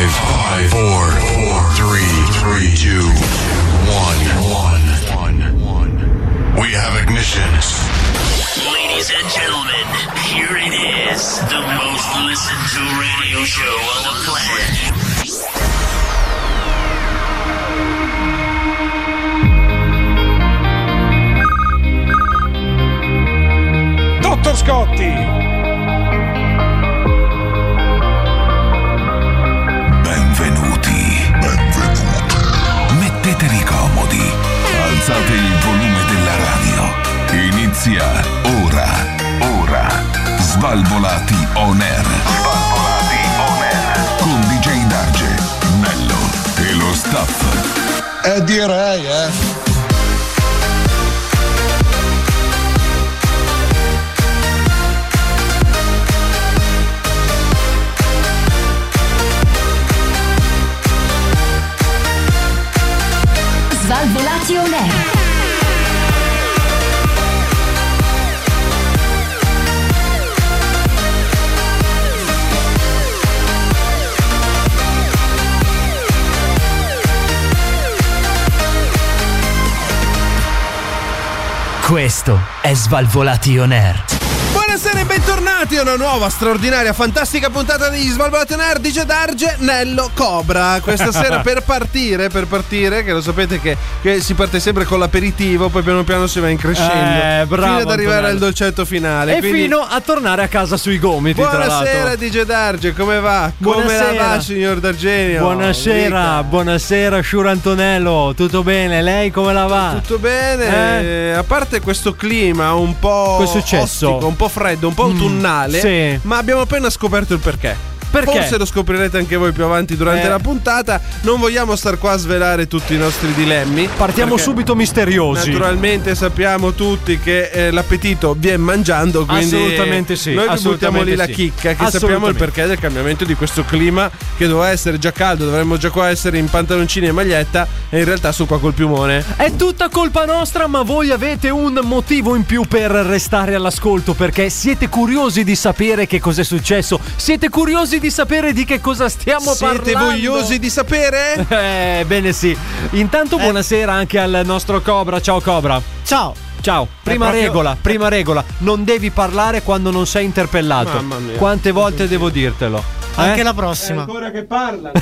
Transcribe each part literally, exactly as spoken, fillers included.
five, four, four, three, three, two, one, one, one. We have ignition. Ladies and gentlemen, here it is, the most listened to radio show on the planet. Dottor Scotti! Benvenuti, benvenuti. Mettetevi comodi, alzate il volume della radio. Inizia ora, ora. Svalvolati on air. Svalvolati on air. Con D J Darge, Nello e lo staff. Eh direi, eh. Svalvolati on air. Questo è Svalvolati on air. Buonasera e bentornati a una nuova, straordinaria, fantastica puntata di Svalvolati on air. D J Darge, Nello, Cobra. Questa sera per partire, per partire, che lo sapete che, che si parte sempre con l'aperitivo, poi piano piano si va increscendo, eh, bravo, fino ad arrivare Antonello. al dolcetto finale. E quindi... fino a tornare a casa sui gomiti. Buonasera D J Darge, come va? Buonasera. Come la va, signor Dargenio? Buonasera, Dica. buonasera, Sciuro Antonello. Tutto bene? Lei come la va? Tutto bene, Eh? a parte questo clima un po' Che è successo? ostico, un po' freddo, un po' autunnale, sì. ma abbiamo appena scoperto il perché. Perché? Forse lo scoprirete anche voi più avanti durante Eh. la puntata. Non vogliamo star qua a svelare tutti i nostri dilemmi. Partiamo perché subito misteriosi. Naturalmente sappiamo tutti che eh, l'appetito viene mangiando, quindi Assolutamente sì, noi vi buttiamo assolutamente lì la sì. chicca, che sappiamo il Assolutamente. perché del cambiamento di questo clima, che doveva essere già caldo, dovremmo già qua essere in pantaloncini e maglietta, e in realtà sono qua col piumone. È tutta colpa nostra, ma voi avete un motivo in più per restare all'ascolto, perché siete curiosi di sapere che cos'è successo. Siete curiosi di sapere di che cosa stiamo Siete parlando. vogliosi di sapere? Eh, bene sì. Intanto buonasera anche al nostro Cobra. Ciao Cobra. Ciao. Ciao. Prima proprio- regola, prima regola. Non devi parlare quando non sei interpellato. Mamma mia. Quante volte devo dirtelo? Anche Eh? la prossima. Ancora che parla.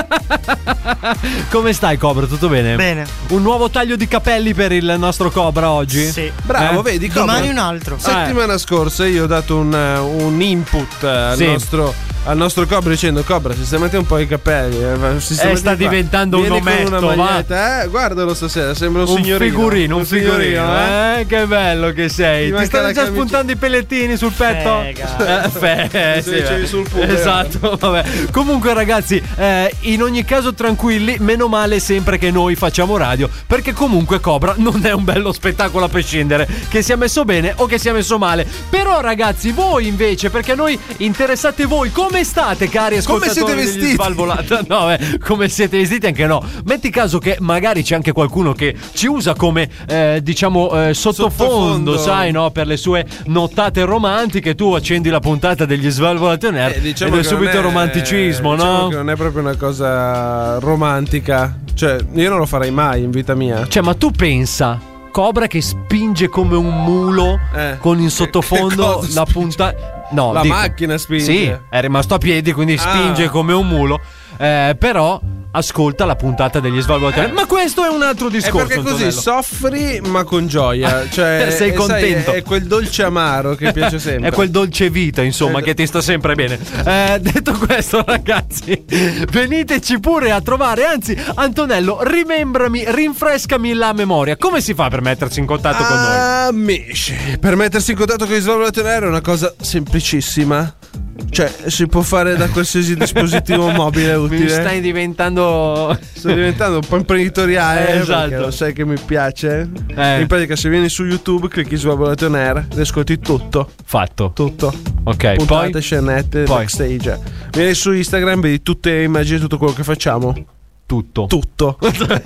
Come stai Cobra? Tutto bene? Bene. Un nuovo taglio di capelli per il nostro Cobra oggi? Sì. Bravo, Eh? vedi Cobra? Domani un altro. Settimana scorsa io ho dato un, un input al, Sì. nostro, al nostro Cobra dicendo: Cobra, sistemati un po' i capelli. Eh, sistemati Eh, sta qua. diventando un Vieni con ometto, una va. maglietta, eh? Guardalo stasera, sembra un, Un signorino. figurino, un figurino, eh? eh? Che bello che sei. Ti Ti, manca stanno la già camicia- spuntando i pellettini sul petto? Fega. Eh, fe- eh, Se sì, dicevi eh. sul pubblico. Esatto, vabbè. Comunque ragazzi, eh, in ogni caso tranquilli, meno male sempre che noi facciamo radio, perché comunque Cobra non è un bello spettacolo a prescindere, che sia messo bene o che sia messo male. Però ragazzi, voi invece, perché a noi interessate voi, come state cari ascoltatori? siete degli vestiti? Svalvolati? No, eh, come siete vestiti anche no. Metti caso che magari c'è anche qualcuno che ci usa come eh, diciamo eh, sottofondo, Sottofondo. sai, no, per le sue nottate romantiche. Tu accendi la puntata degli Svalvolati on air Eh, diciamo ed è che subito non è- romanticismo, diciamo no? che non è proprio una cosa romantica. Cioè, io non lo farei mai in vita mia. Cioè, ma tu pensa, Cobra che spinge come un mulo Eh, con in che- sottofondo che cosa la spinge? puntata. No, La dico- macchina spinge. Sì, è rimasto a piedi, quindi spinge Ah. come un mulo. Eh, però ascolta la puntata degli Svalvolati on air. Ma questo è un altro È discorso. perché così Antonello. soffri ma con gioia. Cioè, Sei eh, contento. sai, è quel dolce amaro che piace sempre. È quel dolce vita, insomma, Eh, che ti sta sempre bene. Eh, detto questo, ragazzi, veniteci pure a trovare. Anzi, Antonello, rimembrami, rinfrescami la memoria. Come si fa per mettersi in contatto con noi? Amici, per mettersi in contatto con gli Svalvolati on air è una cosa semplicissima. Cioè, si può fare da qualsiasi dispositivo mobile utile. Mi stai diventando. Sto diventando un po' imprenditoriale. Eh, esatto. Perché lo sai che mi piace. Eh. In pratica, se vieni su YouTube, clicchi su Svalvolati on air e ascolti tutto. Fatto. Tutto. Ok, Puntate, poi. scenette, Poi. backstage. Vieni su Instagram, vedi tutte le immagini, tutto quello che facciamo. Tutto. Tutto.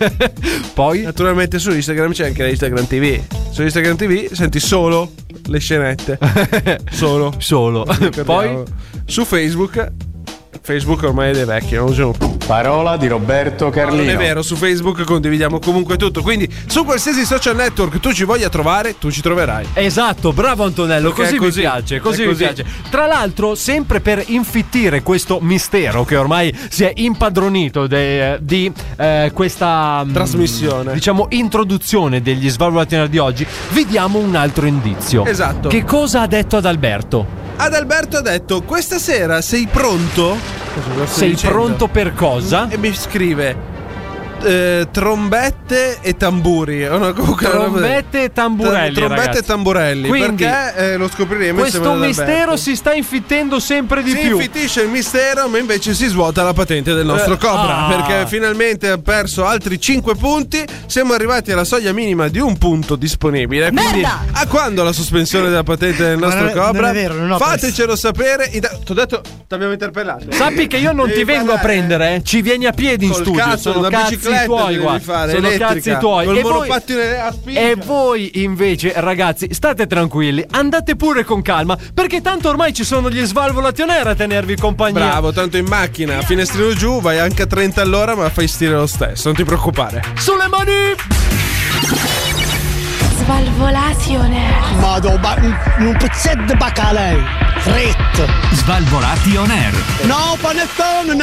Poi. Naturalmente su Instagram c'è anche la Instagram T V. Su Instagram T V senti solo le scenette. Solo. Solo. Ricordiamo. Poi. Su Facebook Facebook ormai è dei vecchi, non lo usiamo più. Parola di Roberto Carlino. Non è vero, su Facebook condividiamo comunque tutto. Quindi su qualsiasi social network tu ci voglia trovare, tu ci troverai. Esatto, bravo Antonello, Perché così, è così, mi piace, così è mi così. piace. Tra l'altro, sempre per infittire questo mistero che ormai si è impadronito de- di eh, questa mh, Trasmissione. diciamo introduzione degli Svalvolati Nerd di oggi, vi diamo un altro indizio. Esatto. Che cosa ha detto ad Alberto? Ad Alberto ha detto: questa sera sei pronto? Cosa sto Sei dicendo? pronto per cosa? E mi scrive eh, trombette e tamburi. Oh, no, comunque Trombette e tamburelli, Trombette ragazzi. e tamburelli. Quindi, perché eh, lo scopriremo questo insieme ad mistero Alberto. si sta infittendo sempre di Si più. infittisce il mistero, ma invece si svuota la patente del nostro Eh, Cobra. ah. Perché finalmente ha perso altri cinque punti. Siamo arrivati alla soglia minima di un punto disponibile. Quindi, Merda! a quando la sospensione della patente del nostro non è- Cobra? non è vero, non ho Fatecelo sapere. Ti ho detto, ti abbiamo interpellato. Sappi che io non Devi ti vengo a parlare. prendere, eh. Ci vieni a piedi in Col studio. cazzo, Sono una cazzi bicicletta tuoi, devi guarda. fare, Sono elettrica, cazzi tuoi. col E voi, monopattino a spinta. e voi invece, ragazzi, state tranquilli, andate pure con calma, perché tanto ormai ci sono gli Svalvolati On Air a tenervi compagnia. Bravo, tanto in macchina, finestrino giù, vai anche a trenta all'ora, ma fai stile lo stesso, non ti preoccupare. Sulle mani! Svalvolati On Air. Vado, ma un, un pezzetto di baccalà. Fritto. Svalvolati On Air. No, panettone,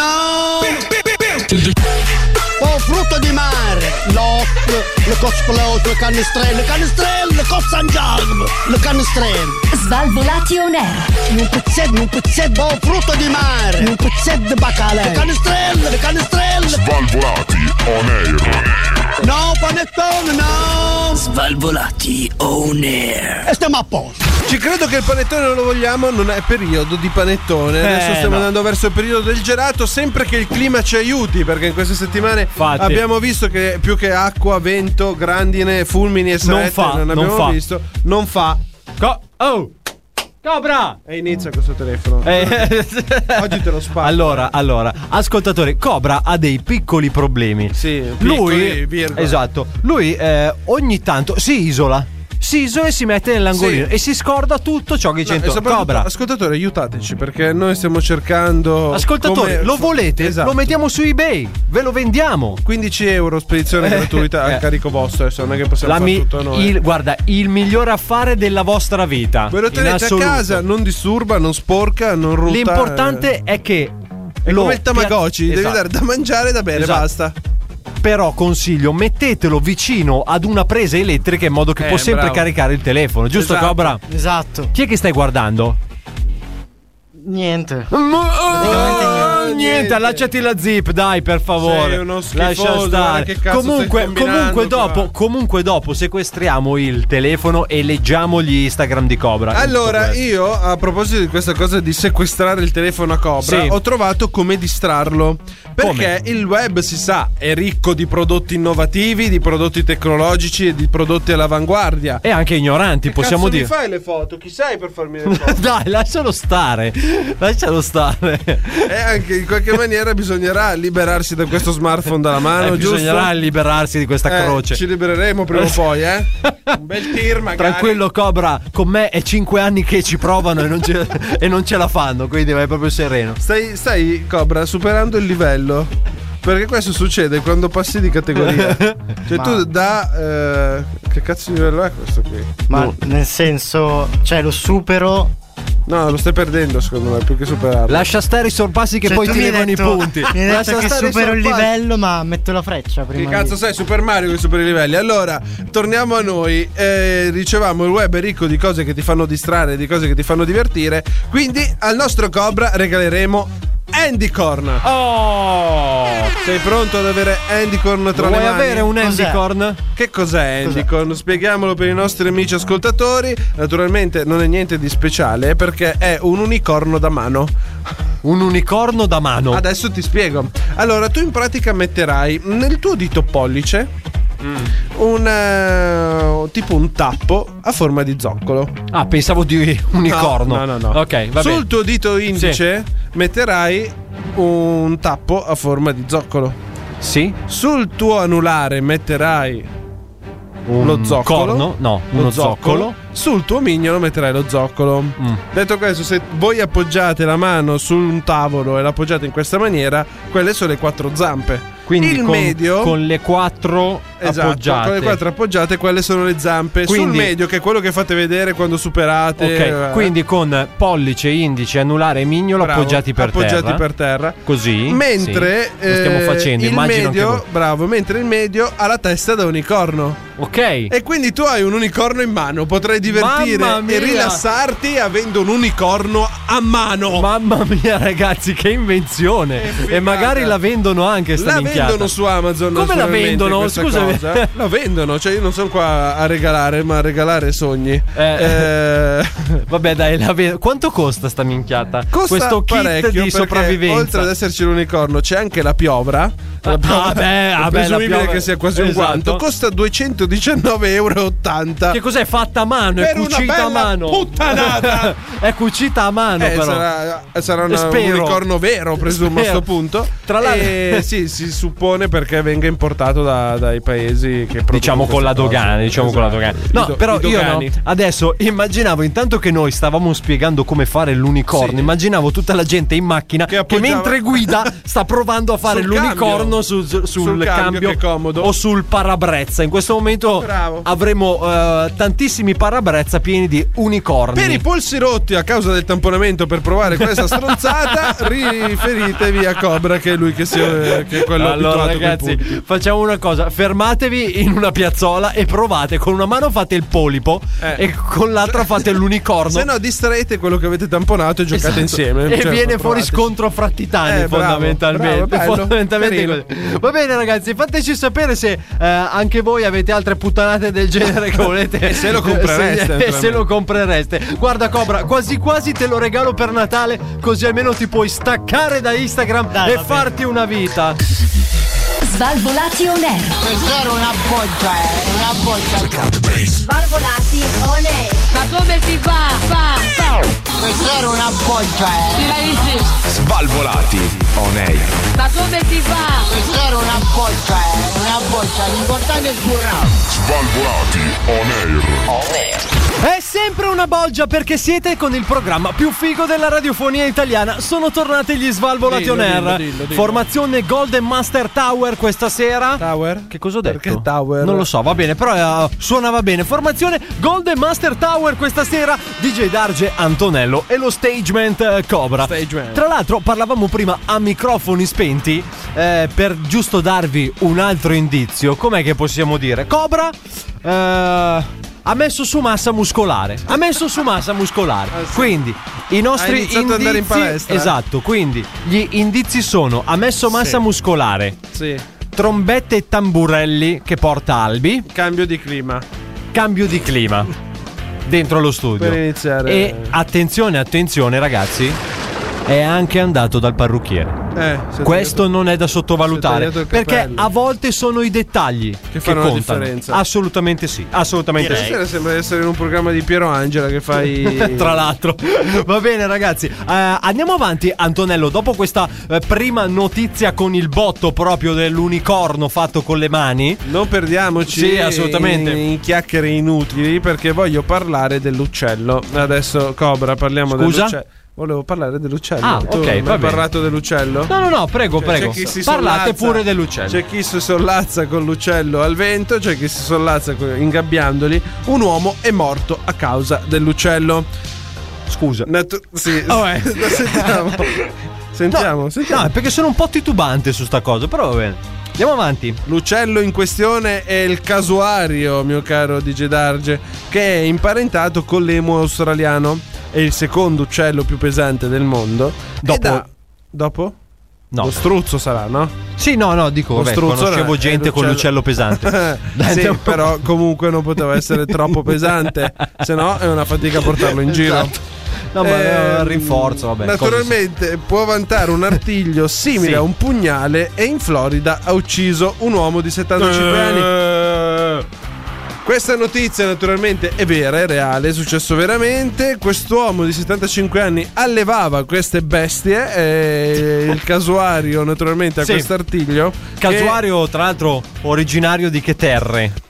no. Oh, frutto di mare. L'occhio, le cosplot, le canestrelle, le canestrelle, le cozzangiarme, le canestrelle. Svalvolati On Air. Un pezzetto, un pezzetto, oh, frutto di mare. Un pezzetto di baccalà. Le canestrelle, le canestrelle. Svalvolati On Air. No, panettone, no. Svalvolati On Air. E stiamo a posto. Ci credo che il panettone non lo vogliamo, non è periodo di panettone. Adesso Eh, stiamo no. andando verso il periodo del gelato, sempre che il clima ci aiuti, perché in queste settimane Infatti. abbiamo visto che più che acqua, vento, grandine, fulmini e Non saette fa, non non abbiamo fa. visto. Non fa. Co- oh! Cobra! E inizia questo telefono. Eh, Oggi te lo sparo. Allora, allora, ascoltatore, Cobra ha dei piccoli problemi. Sì, piccoli, lui, virgola. esatto, lui eh, ogni tanto si isola. Si isola e si mette nell'angolino Sì. e si scorda tutto ciò che No, e c'è. soprattutto, Cobra. ascoltatore, aiutateci perché noi stiamo cercando. Ascoltatore, come- lo volete? Esatto. Lo mettiamo su eBay, ve lo vendiamo. quindici euro spedizione gratuita a Eh. carico vostro. Adesso non è che possiamo La fare mi- tutto noi. il, guarda, il miglior affare della vostra vita. Ve lo in tenete a assoluto. casa, non disturba, non sporca, non rutta. L'importante è che È lo come il Tamagotchi, pia- devi esatto. dare da mangiare e da bere, Esatto. basta. Però consiglio, mettetelo vicino ad una presa elettrica in modo che Eh, può sempre bravo. caricare il telefono, giusto Esatto. Cobra? Esatto. Chi è che stai guardando? Niente. Praticamente niente. niente, lasciati la zip, dai, per favore. Sei uno schifoso, Lascia guarda stare. che cazzo Comunque, stai combinando comunque qua. dopo, comunque dopo sequestriamo il telefono e leggiamo gli Instagram di Cobra. Allora, Tutto questo. io a proposito di questa cosa di sequestrare il telefono a Cobra, Sì. ho trovato come distrarlo. Perché il web, si sa, è ricco di prodotti innovativi, di prodotti tecnologici e di prodotti all'avanguardia. E anche ignoranti, Che possiamo cazzo dire. mi fai le foto? Chi sei per farmi le foto? Dai, lascialo stare. Lascialo stare. E anche in qualche maniera bisognerà liberarsi da questo smartphone dalla mano, Eh, giusto? bisognerà liberarsi di questa Eh, croce. ci libereremo prima o poi, eh? Un bel tir magari. Tranquillo Cobra, con me è cinque anni che ci provano e non ce, e non ce la fanno, quindi vai proprio sereno. Stai, stai, Cobra, superando il livello. Perché questo succede quando passi di categoria. Cioè Ma- tu da... eh, che cazzo di livello è questo qui? Ma No. nel senso, cioè lo supero. No, lo stai perdendo secondo me, più che superarlo. Lascia stare i sorpassi che Cioè, poi tu ti mi hai levano detto- i punti. Mi hai Lascia detto che stare i supero il sorpassi. livello, ma metto la freccia Che prima. cazzo di... sei, Super Mario che supera i livelli? Allora, torniamo a noi. Eh, dicevamo, il web è ricco di cose che ti fanno distrarre, di cose che ti fanno divertire. Quindi al nostro Cobra regaleremo Handycorn. Oh! Sei pronto ad avere Handycorn tra Vuoi le mani? avere un Cos'è? Handycorn? Che cos'è Handycorn? Spieghiamolo per i nostri amici ascoltatori. Naturalmente non è niente di speciale perché è un unicorno da mano. Un unicorno da mano. Adesso ti spiego. Allora, tu in pratica metterai nel tuo dito pollice un eh, tipo un tappo a forma di zoccolo. Ah, pensavo di unicorno. No, no, no. Ok, va Sul bene. tuo dito indice metterai un tappo a forma di zoccolo. Sì? Sul tuo anulare metterai un lo zoccolo. corno, no, lo uno zoccolo. zoccolo. Sul tuo mignolo metterai lo zoccolo. Mm. Detto questo, se voi appoggiate la mano su un tavolo e l'appoggiate in questa maniera, quelle sono le quattro zampe. Quindi il con, medio con le quattro esatto, appoggiate. con le quattro appoggiate, quelle sono le zampe. Quindi, sul medio, che è quello che fate vedere quando superate. Ok, eh, quindi con pollice, indice, anulare e mignolo bravo, appoggiati per appoggiati terra. per terra. Così. Mentre sì, lo stiamo eh, facendo, il immagino medio, che voi- bravo, mentre il medio ha la testa da unicorno. Ok. E quindi tu hai un unicorno in mano, potrai divertire Mamma mia. e rilassarti avendo un unicorno a mano. Mamma mia, ragazzi, che invenzione! figata. E magari la vendono anche sta La minchiata. vendono su Amazon. Come la naturalmente, vendono? questa Scusami. cosa. La vendono, cioè io non sono qua a regalare, ma a regalare sogni. Eh. Eh, Vabbè, dai, la ve- quanto costa sta minchiata? Costa Questo kit parecchio, di perché sopravvivenza. oltre ad esserci l'unicorno c'è anche la piovra. Ah, La piovra- vabbè, è vabbè, la presumibile piovra- che sia quasi un esatto. guanto. Costa duecentodiciannove euro e ottanta. Che cos'è? Fatta a mano, Per è cucita una a bella mano. puttanata. È cucita a mano, Eh, però. sarà, sarà una- un Spero. unicorno vero, presumo, a Spero. sto punto. Tra l'altro- Eh, sì, si suppone perché venga importato da- dai paesi che producono Diciamo con la queste dogana, cose. diciamo con la Esatto. dogana. I No, do- però i io no. dogani. Adesso immaginavo, intanto che noi stavamo spiegando come fare l'unicorno, Sì. immaginavo tutta la gente in macchina Che che, appoggiava- mentre guida sta provando a fare Sul l'unicorno cambio. sul, sul, Sul cambio, cambio, che è comodo. o sul parabrezza. In questo momento Bravo. avremo eh, tantissimi parabrezza pieni di unicorni. Per i polsi rotti a causa del tamponamento per provare questa stronzata, riferitevi a Cobra, che è lui che, si, che è quello Allora, abituato coi ragazzi, punti. facciamo una cosa: fermatevi in una piazzola e provate. Con una mano fate il polipo Eh. e con l'altra fate l'unicorno. Se no, distraete quello che avete tamponato e giocate Esatto. insieme. E Cioè, viene fuori provateci. scontro fra titani, Eh, bravo, fondamentalmente. bravo, bello, fondamentalmente carino. così. Va bene, ragazzi, fateci sapere se eh, anche voi avete altre puttanate del genere che volete. E se lo comprereste, se- E se naturalmente. lo comprereste. Guarda, Cobra, quasi quasi te lo regalo per Natale, così almeno ti puoi staccare da Instagram Dai, e va bene. farti una vita. Svalvolati on air. Questa era una boccia, eh, una boccia. Svalvolati on air. Ma come si fa? Fa, fa. Questa era una boccia, eh. Bravissimo. Svalvolati on air. Ma come si fa? Questa era una boccia, eh, una boccia. L'importante è curare. Svalvolati on air. È sempre una bolgia perché siete con il programma più figo della radiofonia italiana. Sono tornati gli Svalvolati Dillo, on air. dillo, dillo, dillo. Formazione Golden Master Tower questa sera. Tower? Che cosa ho detto? Perché Tower? Non lo so, va bene, però eh, suonava bene. Formazione Golden Master Tower questa sera. D J Darge, Antonello e lo stagement eh, Cobra. Stagement. Tra l'altro parlavamo prima a microfoni spenti, eh, per giusto darvi un altro indizio. Com'è che possiamo dire? Cobra eh, ha messo su massa muscolare. Ha messo su massa muscolare. Ah, sì. Quindi i nostri Ha iniziato indizi, ad andare in palestra. esatto, quindi gli indizi sono: ha messo massa Sì. muscolare, Sì. trombette e tamburelli che porta Albi, Cambio di clima. cambio di clima dentro lo studio. Per iniziare. E attenzione, attenzione ragazzi, è anche andato dal parrucchiere. Eh, si è Questo tagliato- non è da si sottovalutare, è tagliato il perché capello. a volte sono i dettagli che, fanno la contano. differenza. Assolutamente sì, assolutamente sì. Stasera sembra essere in un programma di Piero Angela che fai. Tra l'altro, va bene, ragazzi. Eh, andiamo avanti, Antonello. Dopo questa eh, prima notizia con il botto proprio dell'unicorno fatto con le mani, Non perdiamoci Sì, assolutamente. in, in chiacchiere inutili, perché voglio parlare dell'uccello. Adesso, Cobra, parliamo Scusa? dell'uccello. Volevo parlare dell'uccello. Ah, Tu ok, non hai va bene. parlato dell'uccello? no, no, no, prego, Cioè, prego. c'è chi si Parlate sollazza- pure dell'uccello. C'è chi si sollazza con l'uccello al vento, c'è chi si sollazza con- ingabbiandoli. Un uomo è morto a causa dell'uccello. Scusa. Natu- sì, Oh, eh. sentiamo. Sentiamo, No, sentiamo. no, perché sono un po' titubante su sta cosa, però va bene. Andiamo avanti. L'uccello in questione è il casuario, mio caro D J Darge, che è imparentato con l'emu australiano. È il secondo uccello più pesante del mondo. Dopo- Ed ha- Dopo? No. Lo struzzo sarà, no? Sì, no, no, dico, Lo vabbè, struzzo conoscevo è gente con l'uccello pesante. Dai, sì, andiamo- però comunque non poteva essere troppo pesante, se no è una fatica portarlo in giro. Esatto. No, ma Ehm, eh, rinforzo, vabbè. Naturalmente può vantare un artiglio simile Sì. a un pugnale e in Florida ha ucciso un uomo di settantacinque anni. anni. Questa notizia naturalmente è vera, è reale, è successo veramente. Quest'uomo di settantacinque anni allevava queste bestie e il casuario naturalmente ha Sì. questo artiglio. Casuario, tra l'altro, originario di che terre?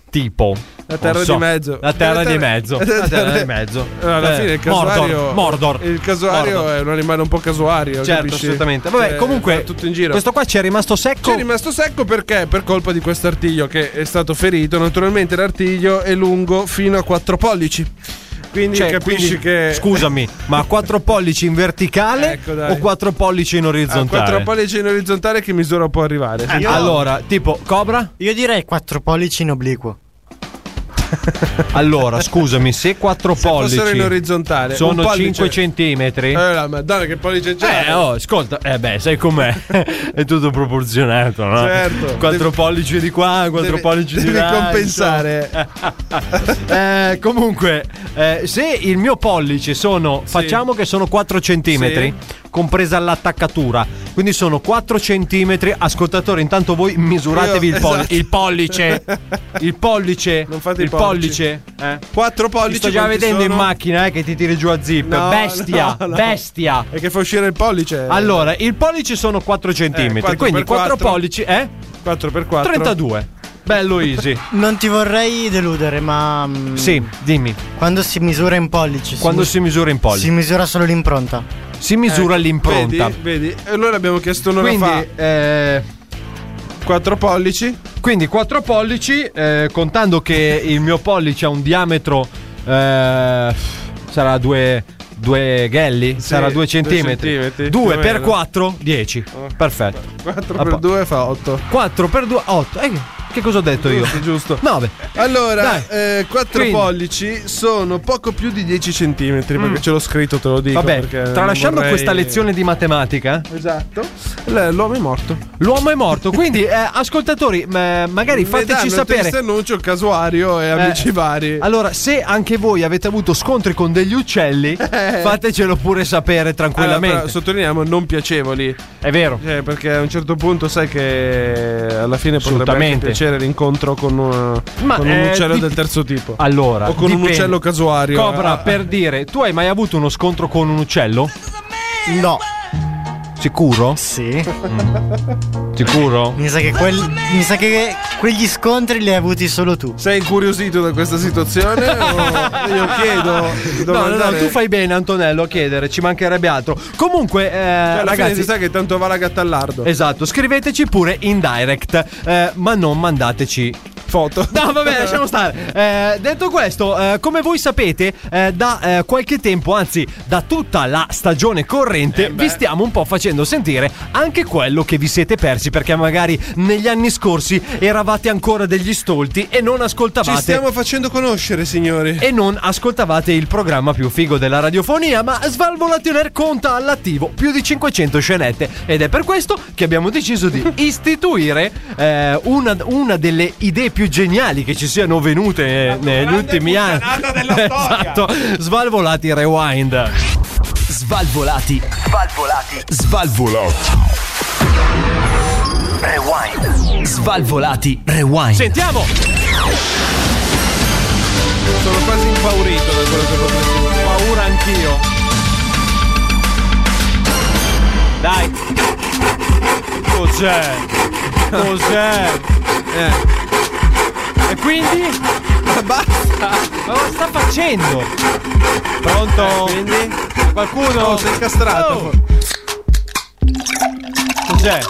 tipo La terra non so, di mezzo. La terra di mezzo. La terra di mezzo. Alla Eh, fine il casuario. Mordor. Mordor. Il casuario Mordor. è un animale un po' casuario. Certo, capisci? assolutamente. Vabbè, Cioè, comunque va tutto in giro. questo qua ci è rimasto secco. Ci è rimasto secco perché? Per colpa di questo artiglio che è stato ferito. Naturalmente l'artiglio è lungo fino a quattro pollici. Quindi Cioè, capisci quindi, che. Scusami, ma quattro pollici in verticale Ecco, dai. o quattro pollici in Ah, orizzontale? quattro pollici in orizzontale che misura può arrivare? Eh, allora, tipo, Cobra? Io direi quattro pollici in obliquo. Allora, scusami, se quattro Se pollici fossero in orizzontale, un sono pollice- cinque centimetri. Eh, la madonna, che pollice c'è? Eh, oh, ascolta, eh beh, sai com'è? È tutto proporzionato, no? Certo. Quattro Devi- pollici di qua, quattro devi- pollici di devi là. compensare. insomma. Eh, comunque, eh, se il mio pollice sono, facciamo che sono quattro centimetri, compresa l'attaccatura, quindi sono quattro centimetri. Ascoltatori, intanto voi misuratevi Io- il, polli- esatto. il pollice. Il pollice. Non fate i il pollici. pollice. Eh. Quattro Ti pollici. sto già quanti vedendo sono? in macchina eh, che ti tiri giù a zip. No, bestia, no, no. bestia. E che fa uscire il pollice. Allora, il pollice sono quattro centimetri, quattro quindi per quattro quattro. pollici, eh? quattro per quattro. trentadue. Bello easy. Non ti vorrei deludere, ma. mm, Sì, dimmi. Quando si misura in pollici. Quando si misura in pollici. Si misura solo l'impronta. Si misura Eh, l'impronta. Vedi, vedi? E allora abbiamo chiesto un'ora Quindi, fa. eh, quattro pollici. quindi quattro pollici, eh, contando che il mio pollice ha un diametro, eh, sarà due, due ghelli, Sì, sarà due due centimetri. centimetri, due più o per meno. quattro, dieci. Perfetto. quattro A per po- due fa otto. quattro per due, otto. Eh, che cosa ho detto io? Giusto, giusto. nove. Allora, Dai. eh, quattro Quindi. pollici sono poco più di dieci centimetri. Perché ce l'ho scritto, te lo dico. Vabbè, perché non tralasciando vorrei- questa lezione di matematica, Esatto. L- L'uomo è morto. l'uomo è morto. Quindi, eh, ascoltatori, ma- magari Mi fateci danno sapere. triste annuncio, casuario e amici Eh, vari. Allora, se anche voi avete avuto scontri con degli uccelli, fatecelo pure sapere tranquillamente. Allora, però, sottolineiamo non piacevoli. È vero. Cioè, perché a un certo punto sai che alla fine potrebbe anche Assolutamente. piacere l'incontro con, un- Ma, con un eh, uccello dip- del terzo tipo. Allora, o con un dipende. uccello casuario. Cobra, Ah, per dire, tu hai mai avuto uno scontro con un uccello? No. Sicuro? Sì. Sicuro? Mi sa che, quel- mi sa che quegli scontri li hai avuti solo tu. Sei incuriosito da questa situazione? o io chiedo. devo No, no, no, andare- tu fai bene, Antonello, a chiedere, ci mancherebbe altro. Comunque, eh, Cioè, alla fine ragazzi, si sa che tanto va la gattallardo. esatto, scriveteci pure in direct, eh, ma non mandateci Foto. No, vabbè, lasciamo stare. Eh, detto questo, eh, come voi sapete, eh, da eh, qualche tempo, anzi, da tutta la stagione corrente, Eh beh. vi stiamo un po' facendo sentire anche quello che vi siete persi, perché magari negli anni scorsi eravate ancora degli stolti e non Ci ascoltavate. stiamo facendo conoscere, signori. E non ascoltavate il programma più figo della radiofonia, ma Svalvolation Air conta all'attivo più di cinquecento scenette. Ed è per questo che abbiamo deciso di istituire eh, una, una delle idee più geniali che ci siano venute eh, negli ultimi anni. Esatto, Svalvolati Rewind. Svalvolati. Svalvolati. Svalvolati. Rewind. Svalvolati. Rewind. Sentiamo! Sono quasi impaurito da quello che potresti fare. Paura anch'io. Dai. Cos'è? Cos'è? Eh. E quindi? Ma basta. Ma cosa sta facendo? Pronto? Eh, quindi? Qualcuno? Oh, sei incastrato. Oh. Cos'è?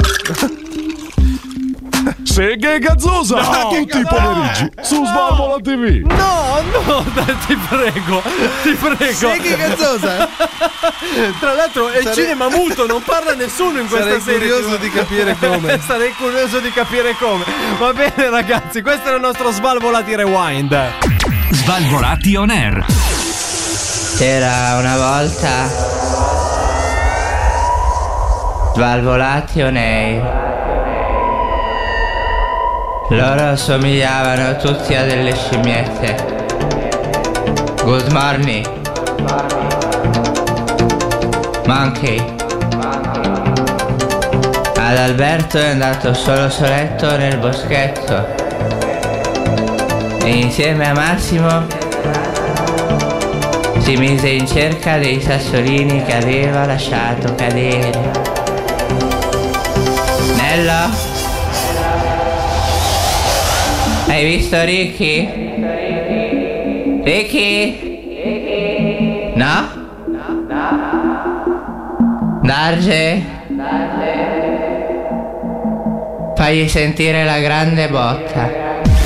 Seghe e Gazzosa No, tutti i no. pomeriggi su Svalvola ti vu. No, no, dai, ti prego, ti prego. Sei che cazzosa? Tra l'altro è Sarei- cinema muto, non parla nessuno in questa Sarei serie. curioso di capire come. Sarei curioso di capire come. Va bene ragazzi, questo è il nostro Svalvolati Rewind. Svalvolati on air. C'era una volta Svalvolati on air. Loro somigliavano tutti a delle scimmiette. Good morning Monkey. Ad Alberto è andato solo soletto nel boschetto e insieme a Massimo si mise in cerca dei sassolini che aveva lasciato cadere. Nello, hai Hai visto Ricky? Ricky? No? Darge? Fagli sentire la grande botta.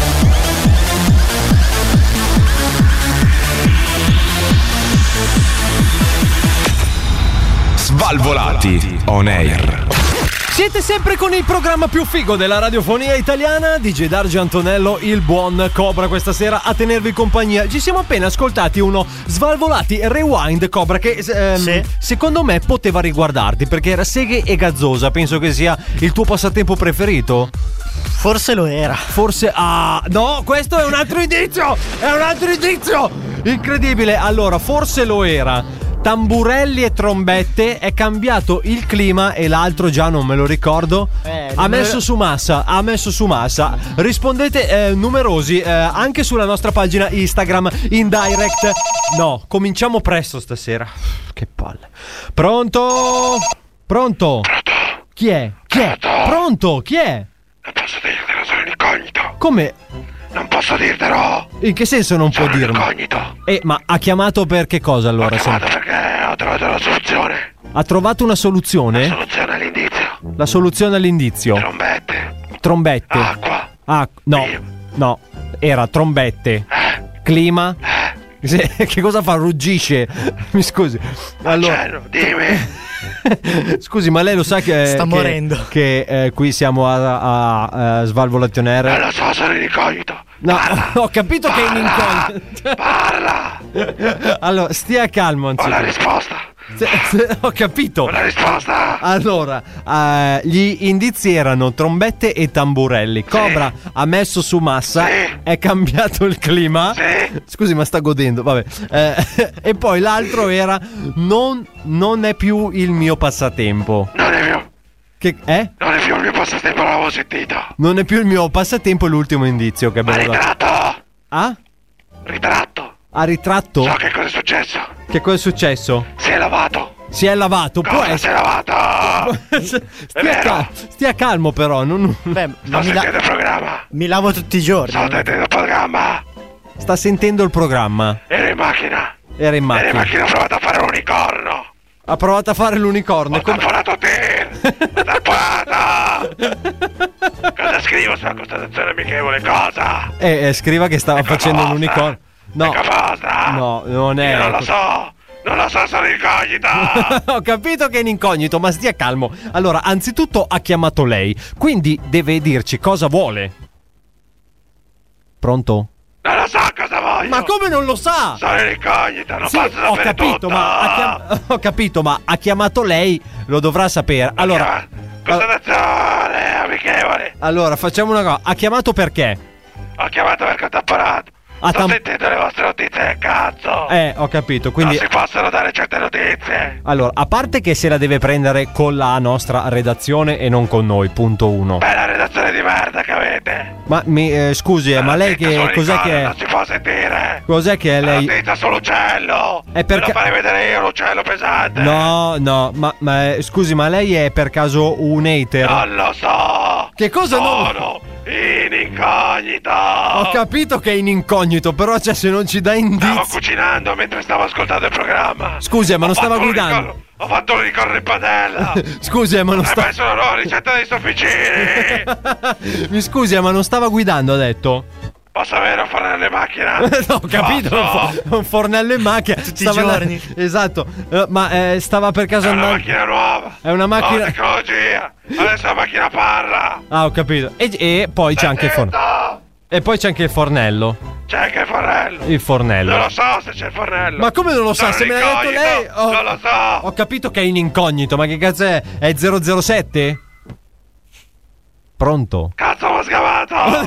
Svalvolati on air. Siete sempre con il programma più figo della radiofonia italiana, D J Darge Antonello, il buon Cobra questa sera a tenervi compagnia. Ci siamo appena ascoltati uno Svalvolati Rewind, Cobra, che ehm, sì. secondo me poteva riguardarti perché era seghe e gazzosa. Penso che sia il tuo passatempo preferito. Forse lo era. Forse... Ah, no, questo è un altro indizio! È un altro indizio! Incredibile. Allora, forse lo era. Tamburelli e trombette, è cambiato il clima e l'altro già non me lo ricordo. Eh, ha messo su massa, ha messo su massa. Rispondete eh, numerosi eh, anche sulla nostra pagina Instagram in direct. No, cominciamo presto stasera. Che palle. Pronto? Pronto? Chi è? Chi è? Pronto? Chi è? Non posso dirtelo, sono in incognito. Come? Non posso dirtelo. In che senso non sono può dirlo? Incognito. Eh, ma ha chiamato per che cosa allora? Ho chiamato se... perché ho trovato la soluzione. Ha trovato una soluzione? La soluzione all'indizio. La soluzione all'indizio. Trombette. Trombette. Acqua. Ah, no. Io. No, era trombette. Eh. Clima. Eh. Che cosa fa? Ruggisce. Mi scusi. Allora, Marcello, dimmi. Scusi, ma lei lo sa che sta che, morendo. Che eh, qui siamo a, a, a Svalvolation Air. Non lo so, sono in incognito. No, parla. ho capito parla. che è in incognito. Parla. Allora, stia calmo. Ho la risposta. Se, se, ho capito. Ho la risposta. Allora, uh, gli indizi erano trombette e tamburelli. Cobra sì. ha messo su massa. Sì. È cambiato il clima. Sì. Scusi, ma sta godendo. Vabbè. Eh, e poi l'altro era non, non è più il mio passatempo. Non è più. Che è? Non è più il mio passatempo, l'avevo sentito. Non è più il mio passatempo, è l'ultimo indizio che abbiamo ma ritratto. dato. Ah? Ritratto. Ha ritratto? So che cosa è successo. Che cosa è successo? Si è lavato. Si è lavato. Cosa può essere. Si è lavato. stia, cal- stia calmo però. Non... Beh, sto mi sentendo la- il programma. Mi lavo tutti i giorni. Sto sentendo il programma. Sta sentendo il programma. Ero in macchina. Era in macchina. Ero in macchina, ho provato a fare l'unicorno. Ha provato a fare l'unicorno. Ho tamponato te. Ho tamponata. Cosa scrivo sulla constatazione amichevole? Cosa? Eh, eh scriva che stava Ecco facendo vostra. l'unicorno. No. Ecco vostra. No, non è. Io non lo so. Non lo so, sono incognita. Ho capito che è in incognito, ma stia calmo. Allora, anzitutto ha chiamato lei, quindi deve dirci cosa vuole. Pronto? Non lo so cosa voglio. Ma come non lo sa? Sono in incognita, non sì, posso sapere ho capito, tutto. ma ha chiam- ho capito, ma ha chiamato lei, lo dovrà sapere. Allora, constatazione amichevole. Allora, facciamo una cosa. Ha chiamato perché? Ho chiamato perché ho tamponato. Ah, Sto tam- sentendo le vostre notizie, cazzo. Eh, ho capito, quindi non si possono dare certe notizie. Allora, a parte che se la deve prendere con la nostra redazione e non con noi, punto uno. Beh, la redazione di merda che avete. Ma mi eh, scusi, eh, ma lei che cos'è che è? Non si può sentire. Cos'è che è lei? La notizia sull'uccello. È perché Me lo farei vedere io l'uccello pesante. No, no, ma, ma eh, scusi, ma lei è per caso un hater? Non lo so. Che cosa Sono non? in incognita. Ho capito che è in incognito, però cioè se non ci dà indizi. Stavo cucinando mentre stavo ascoltando il programma. Scusi, ma non stava guidando. Ricordo, ho fatto un ricordo in padella. Scusi, ma non stava. Hai messo una nuova ricetta dei sofficini. Mi scusi, ma non stava guidando, ha detto. Posso avere un fornello in macchina? No, ho capito, un, fo- un fornello in macchina. Tutti i giorni. Là, esatto, uh, ma eh, stava per caso È una andando. macchina nuova. È una macchina. Nuova tecnologia. Adesso la macchina parla. Ah, ho capito. E, e poi c'è anche il fornello. E poi c'è anche il fornello. C'è anche il fornello. Il fornello. Non lo so se c'è il fornello. Ma come non lo sa? Sono Se me l'ha detto lei. Oh, non lo so. Ho capito che è in incognito, ma che cazzo è? È zero zero sette? Pronto? Cazzo, l'ho sgamato.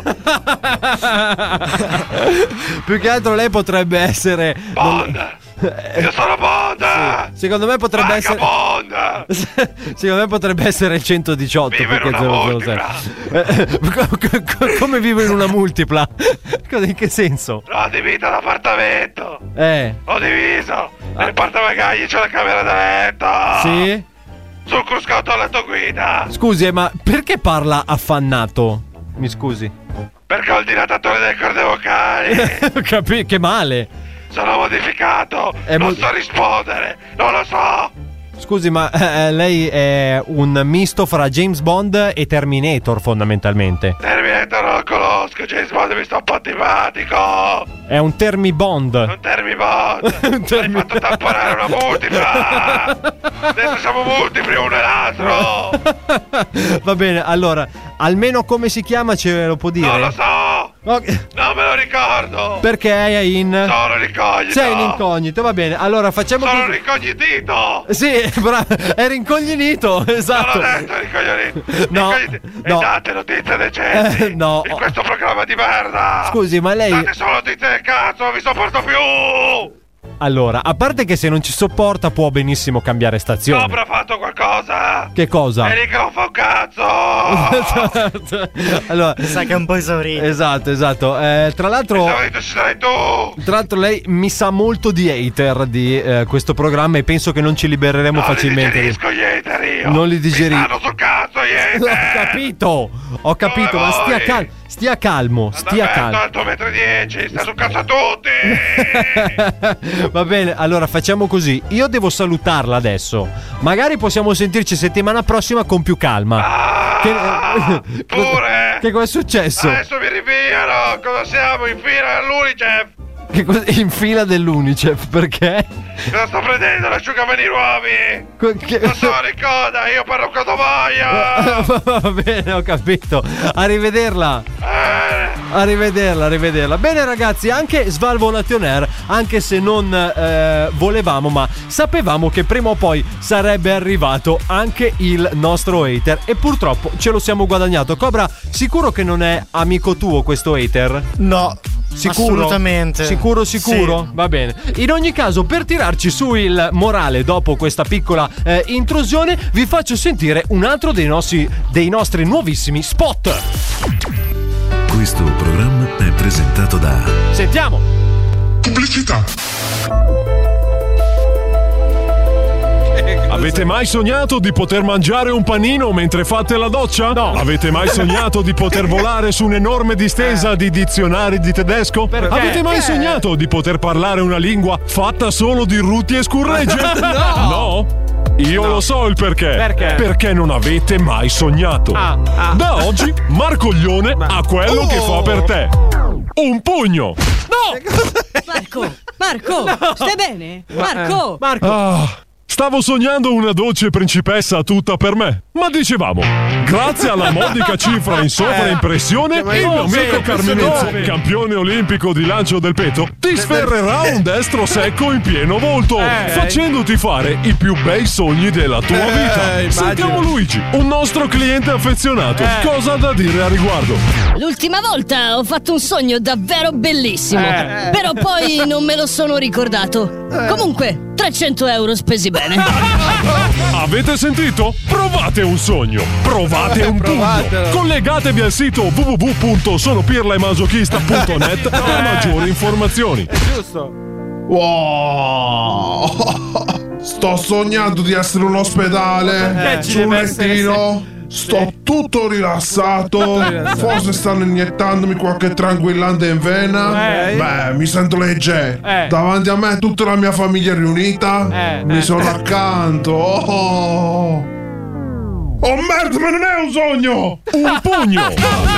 Più che altro lei potrebbe essere Bond. Io sono Bond. Sì. Secondo me potrebbe Vaga essere Bond. Secondo me potrebbe essere il centodiciotto Vive più che in una zero zero sette. Come vive in una multipla? In che senso? L'ho diviso l'appartamento. Eh. Ho diviso. Nel portabagagli c'è la camera da letto. Sì? Sul cruscotto ho letto guida. Scusi, ma perché parla affannato? Mi scusi. Perché ho il dilatatore delle corde vocali. Capi- che male. Sono modificato. È non mo- so rispondere. Non lo so. Scusi, ma eh, lei è un misto fra James Bond e Terminator, fondamentalmente. Terminator non lo conosco, James Bond mi sta un po' antipatico. È un Termibond. Un Termibond. Un termi- Hai fatto tamponare una multipla. Adesso siamo multipli uno e l'altro. Va bene, allora, almeno come si chiama ce lo può dire? Non lo so. Ok. Non me lo ricordo. Perché è in... Sono in incognito. Sei in incognito, va bene. Allora facciamo Sono così. rincognitito. Sì, bravo, è rincoglionito, esatto. Non ho detto rincoglionito. No, Rincoglionito. no. E date notizie decenti. Eh, no. In questo programma di merda. Scusi, ma lei... Date solo notizie del cazzo, non vi sopporto più. Allora, a parte che se non ci sopporta può benissimo cambiare stazione. Cobra ha fatto qualcosa. Che cosa? E lì che non fa un cazzo. Allora, Mi sa che è un po' esaurito. esatto, esatto. Eh, tra l'altro... Esaurito ci sarai tu. Tra l'altro lei mi sa molto di hater di eh, questo programma e penso che non ci libereremo Non facilmente. li digerisco gli hater io. Non li digerisco. Mi stanno sul cazzo gli Ho hater. capito, ho capito, Come ma stia, voi. cal- stia calmo, stia calmo. Alto uno e dieci metri, sta sul cazzo a tutti. Va bene, allora facciamo così. Io devo salutarla adesso. Magari possiamo sentirci settimana prossima con più calma. Ah, che, pure. Che cosa è successo? Adesso mi rinviano. Cosa siamo in fila all'Unicef? Che cosa, in fila dell'Unicef, perché? Cosa sto prendendo? L'asciugamani nuovi. Co- che- Non sono in coda, io parlo con Tomaia. Va bene, ho capito. Arrivederla. Eh. Arrivederla, arrivederla. Bene ragazzi, anche Svalvolation Air, anche se non eh, volevamo, ma sapevamo che prima o poi sarebbe arrivato anche il nostro hater e purtroppo ce lo siamo guadagnato. Cobra, sicuro che non è amico tuo questo hater? No. Sicuro? Assolutamente. Sicuro, sicuro? Sì. Va bene. In ogni caso, per tirarci su il morale dopo questa piccola eh, intrusione, vi faccio sentire un altro dei nostri, dei nostri nuovissimi spot. Questo programma è presentato da... Sentiamo. Pubblicità. Avete mai sognato di poter mangiare un panino mentre fate la doccia? No. Avete mai sognato di poter volare su un'enorme distesa di dizionari di tedesco? Perché? Avete mai Perché? sognato di poter parlare una lingua fatta solo di rutti e scurregge? No. No? Io No. lo so il perché. Perché? Perché non avete mai sognato. Ah, ah. Da oggi Marcoglione ha quello Oh. che fa per te. Un pugno. No! Marco, Marco, stai bene? Marco! Marco! Ah, stavo sognando una dolce principessa tutta per me. Ma dicevamo, grazie alla modica cifra in sovraimpressione, Ma il io mio non amico so, Carminuzzo, dove? campione olimpico di lancio del peto, ti sferrerà un destro secco in pieno volto, Eh. facendoti fare i più bei sogni della tua Eh, vita. immagino. Sentiamo Luigi, un nostro cliente affezionato. Eh. Cosa ha da dire a riguardo? L'ultima volta ho fatto un sogno davvero bellissimo, Eh. però poi non me lo sono ricordato. Comunque, trecento euro spesi bene. Avete sentito? Provate un sogno, provate un pugno. Provatelo. Collegatevi al sito w w w punto sono pirla e masochista punto net per maggiori informazioni. Giusto. Wow! Sto sognando di essere in un ospedale Eh, ci su un deve essere lettino. Sto tutto rilassato. Forse stanno iniettandomi qualche tranquillante in vena. Eh. Beh, mi sento leggero. Eh. Davanti a me tutta la mia famiglia riunita. Eh, Mi eh. sono accanto. Oh. Oh merda, ma non è un sogno! Un pugno!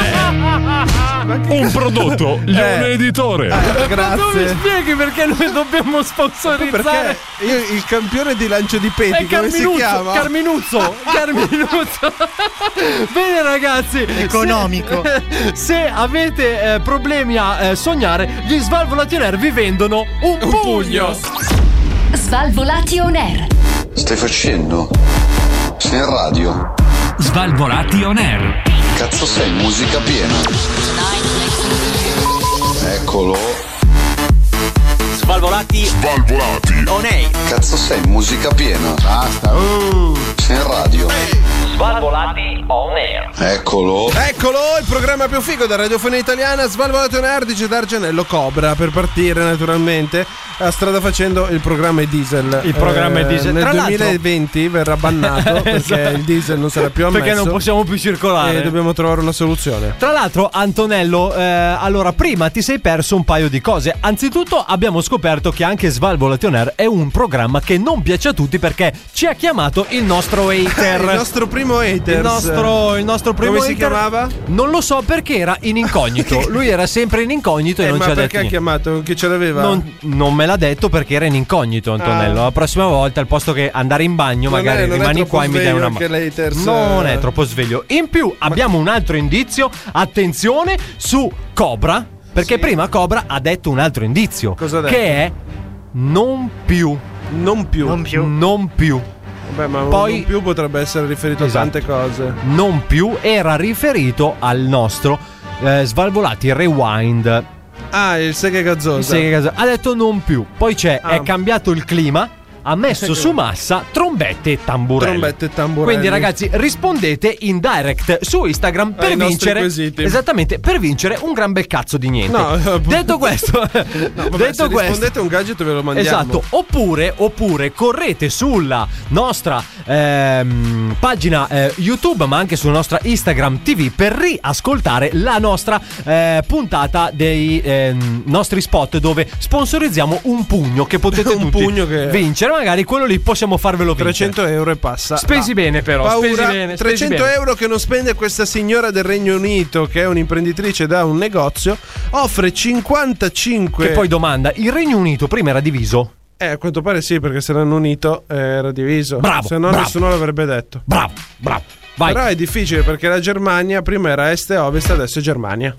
Un prodotto, Lione Editore. Ma tu mi Grazie. spieghi perché noi dobbiamo sponsorizzare? Perché io il campione di lancio di peti, È come si Carminuzzo, chiama? Carminuzzo, Carminuzzo. Bene ragazzi, Economico. Se, se avete eh, problemi a eh, sognare, gli Svalvolation Air vi vendono un, Un pugno. Svalvolation Air. Stai facendo? Sei in radio? Svalvolation Air. Cazzo sei, musica piena. Eccolo. Svalvolati. Svalvolati. On air. Cazzo sei, musica piena. Basta. Sei in radio. Svalvolati. On Air. Eccolo. Eccolo, il programma più figo della radiofonia italiana, Svalvolato on Air, D J D'Argenello Cobra. Per partire naturalmente a strada facendo il programma è diesel. Il programma eh, è diesel. Nel Tra duemilaventi l'altro... verrà bannato perché esatto. il diesel non sarà più ammesso. Perché non possiamo più circolare. E dobbiamo trovare una soluzione. Tra l'altro, Antonello, eh, allora prima ti sei perso un paio di cose. Anzitutto abbiamo scoperto che anche Svalvolati on Air è un programma che non piace a tutti perché ci ha chiamato il nostro hater. Il nostro primo hater. Il nostro, il nostro primo Come hater. si chiamava? Non lo so perché era in incognito. Lui era sempre in incognito e eh, non ma ci ha detto perché ha niente. chiamato? Chi ce l'aveva? Non, non me l'ha detto perché era in incognito, Antonello. Ah. La prossima volta, al posto che andare in bagno, Non magari è- non è rimani troppo qua e mi dai sveglio una anche mano. l'haters, Non eh. è troppo sveglio. In più abbiamo un altro indizio. Attenzione su Cobra. Perché Sì. prima Cobra ha detto un altro indizio. Cosa ha detto? Che è non più. Non più. Non più. Non più. Beh, ma Poi- non più potrebbe essere riferito Esatto. a tante cose. Non più era riferito al nostro eh, Svalvolati Rewind. Ah, il Sega Gazzosa. Sì, che- ha detto non più. Poi c'è, Ah. è cambiato il clima. Ha messo su massa trombette e tamburelli. Trombette e tamburelli. Quindi, ragazzi, rispondete in direct su Instagram per Ai nostri vincere. quesiti. Esattamente, per vincere un gran bel cazzo di niente. No, detto questo, No, vabbè, detto se questo, rispondete un gadget ve lo mandiamo. esatto. Oppure, oppure correte sulla nostra ehm, pagina eh, YouTube, ma anche sulla nostra Instagram T V per riascoltare la nostra eh, puntata dei ehm, nostri spot dove sponsorizziamo un pugno che potete Un tutti pugno che- vincere. Magari quello lì possiamo farvelo vincere. trecento euro e passa. Spesi Ah. bene, però. Paura, spesi bene, spesi trecento bene. euro che non spende questa signora del Regno Unito, che è un'imprenditrice da un negozio, offre cinquantacinque. Che poi domanda: il Regno Unito prima era diviso? Eh, a quanto pare sì, perché se l'hanno unito eh, era diviso. Bravo, Se no bravo. nessuno l'avrebbe detto. Bravo, bravo. Vai. Però è difficile perché la Germania prima era est e ovest, adesso è Germania.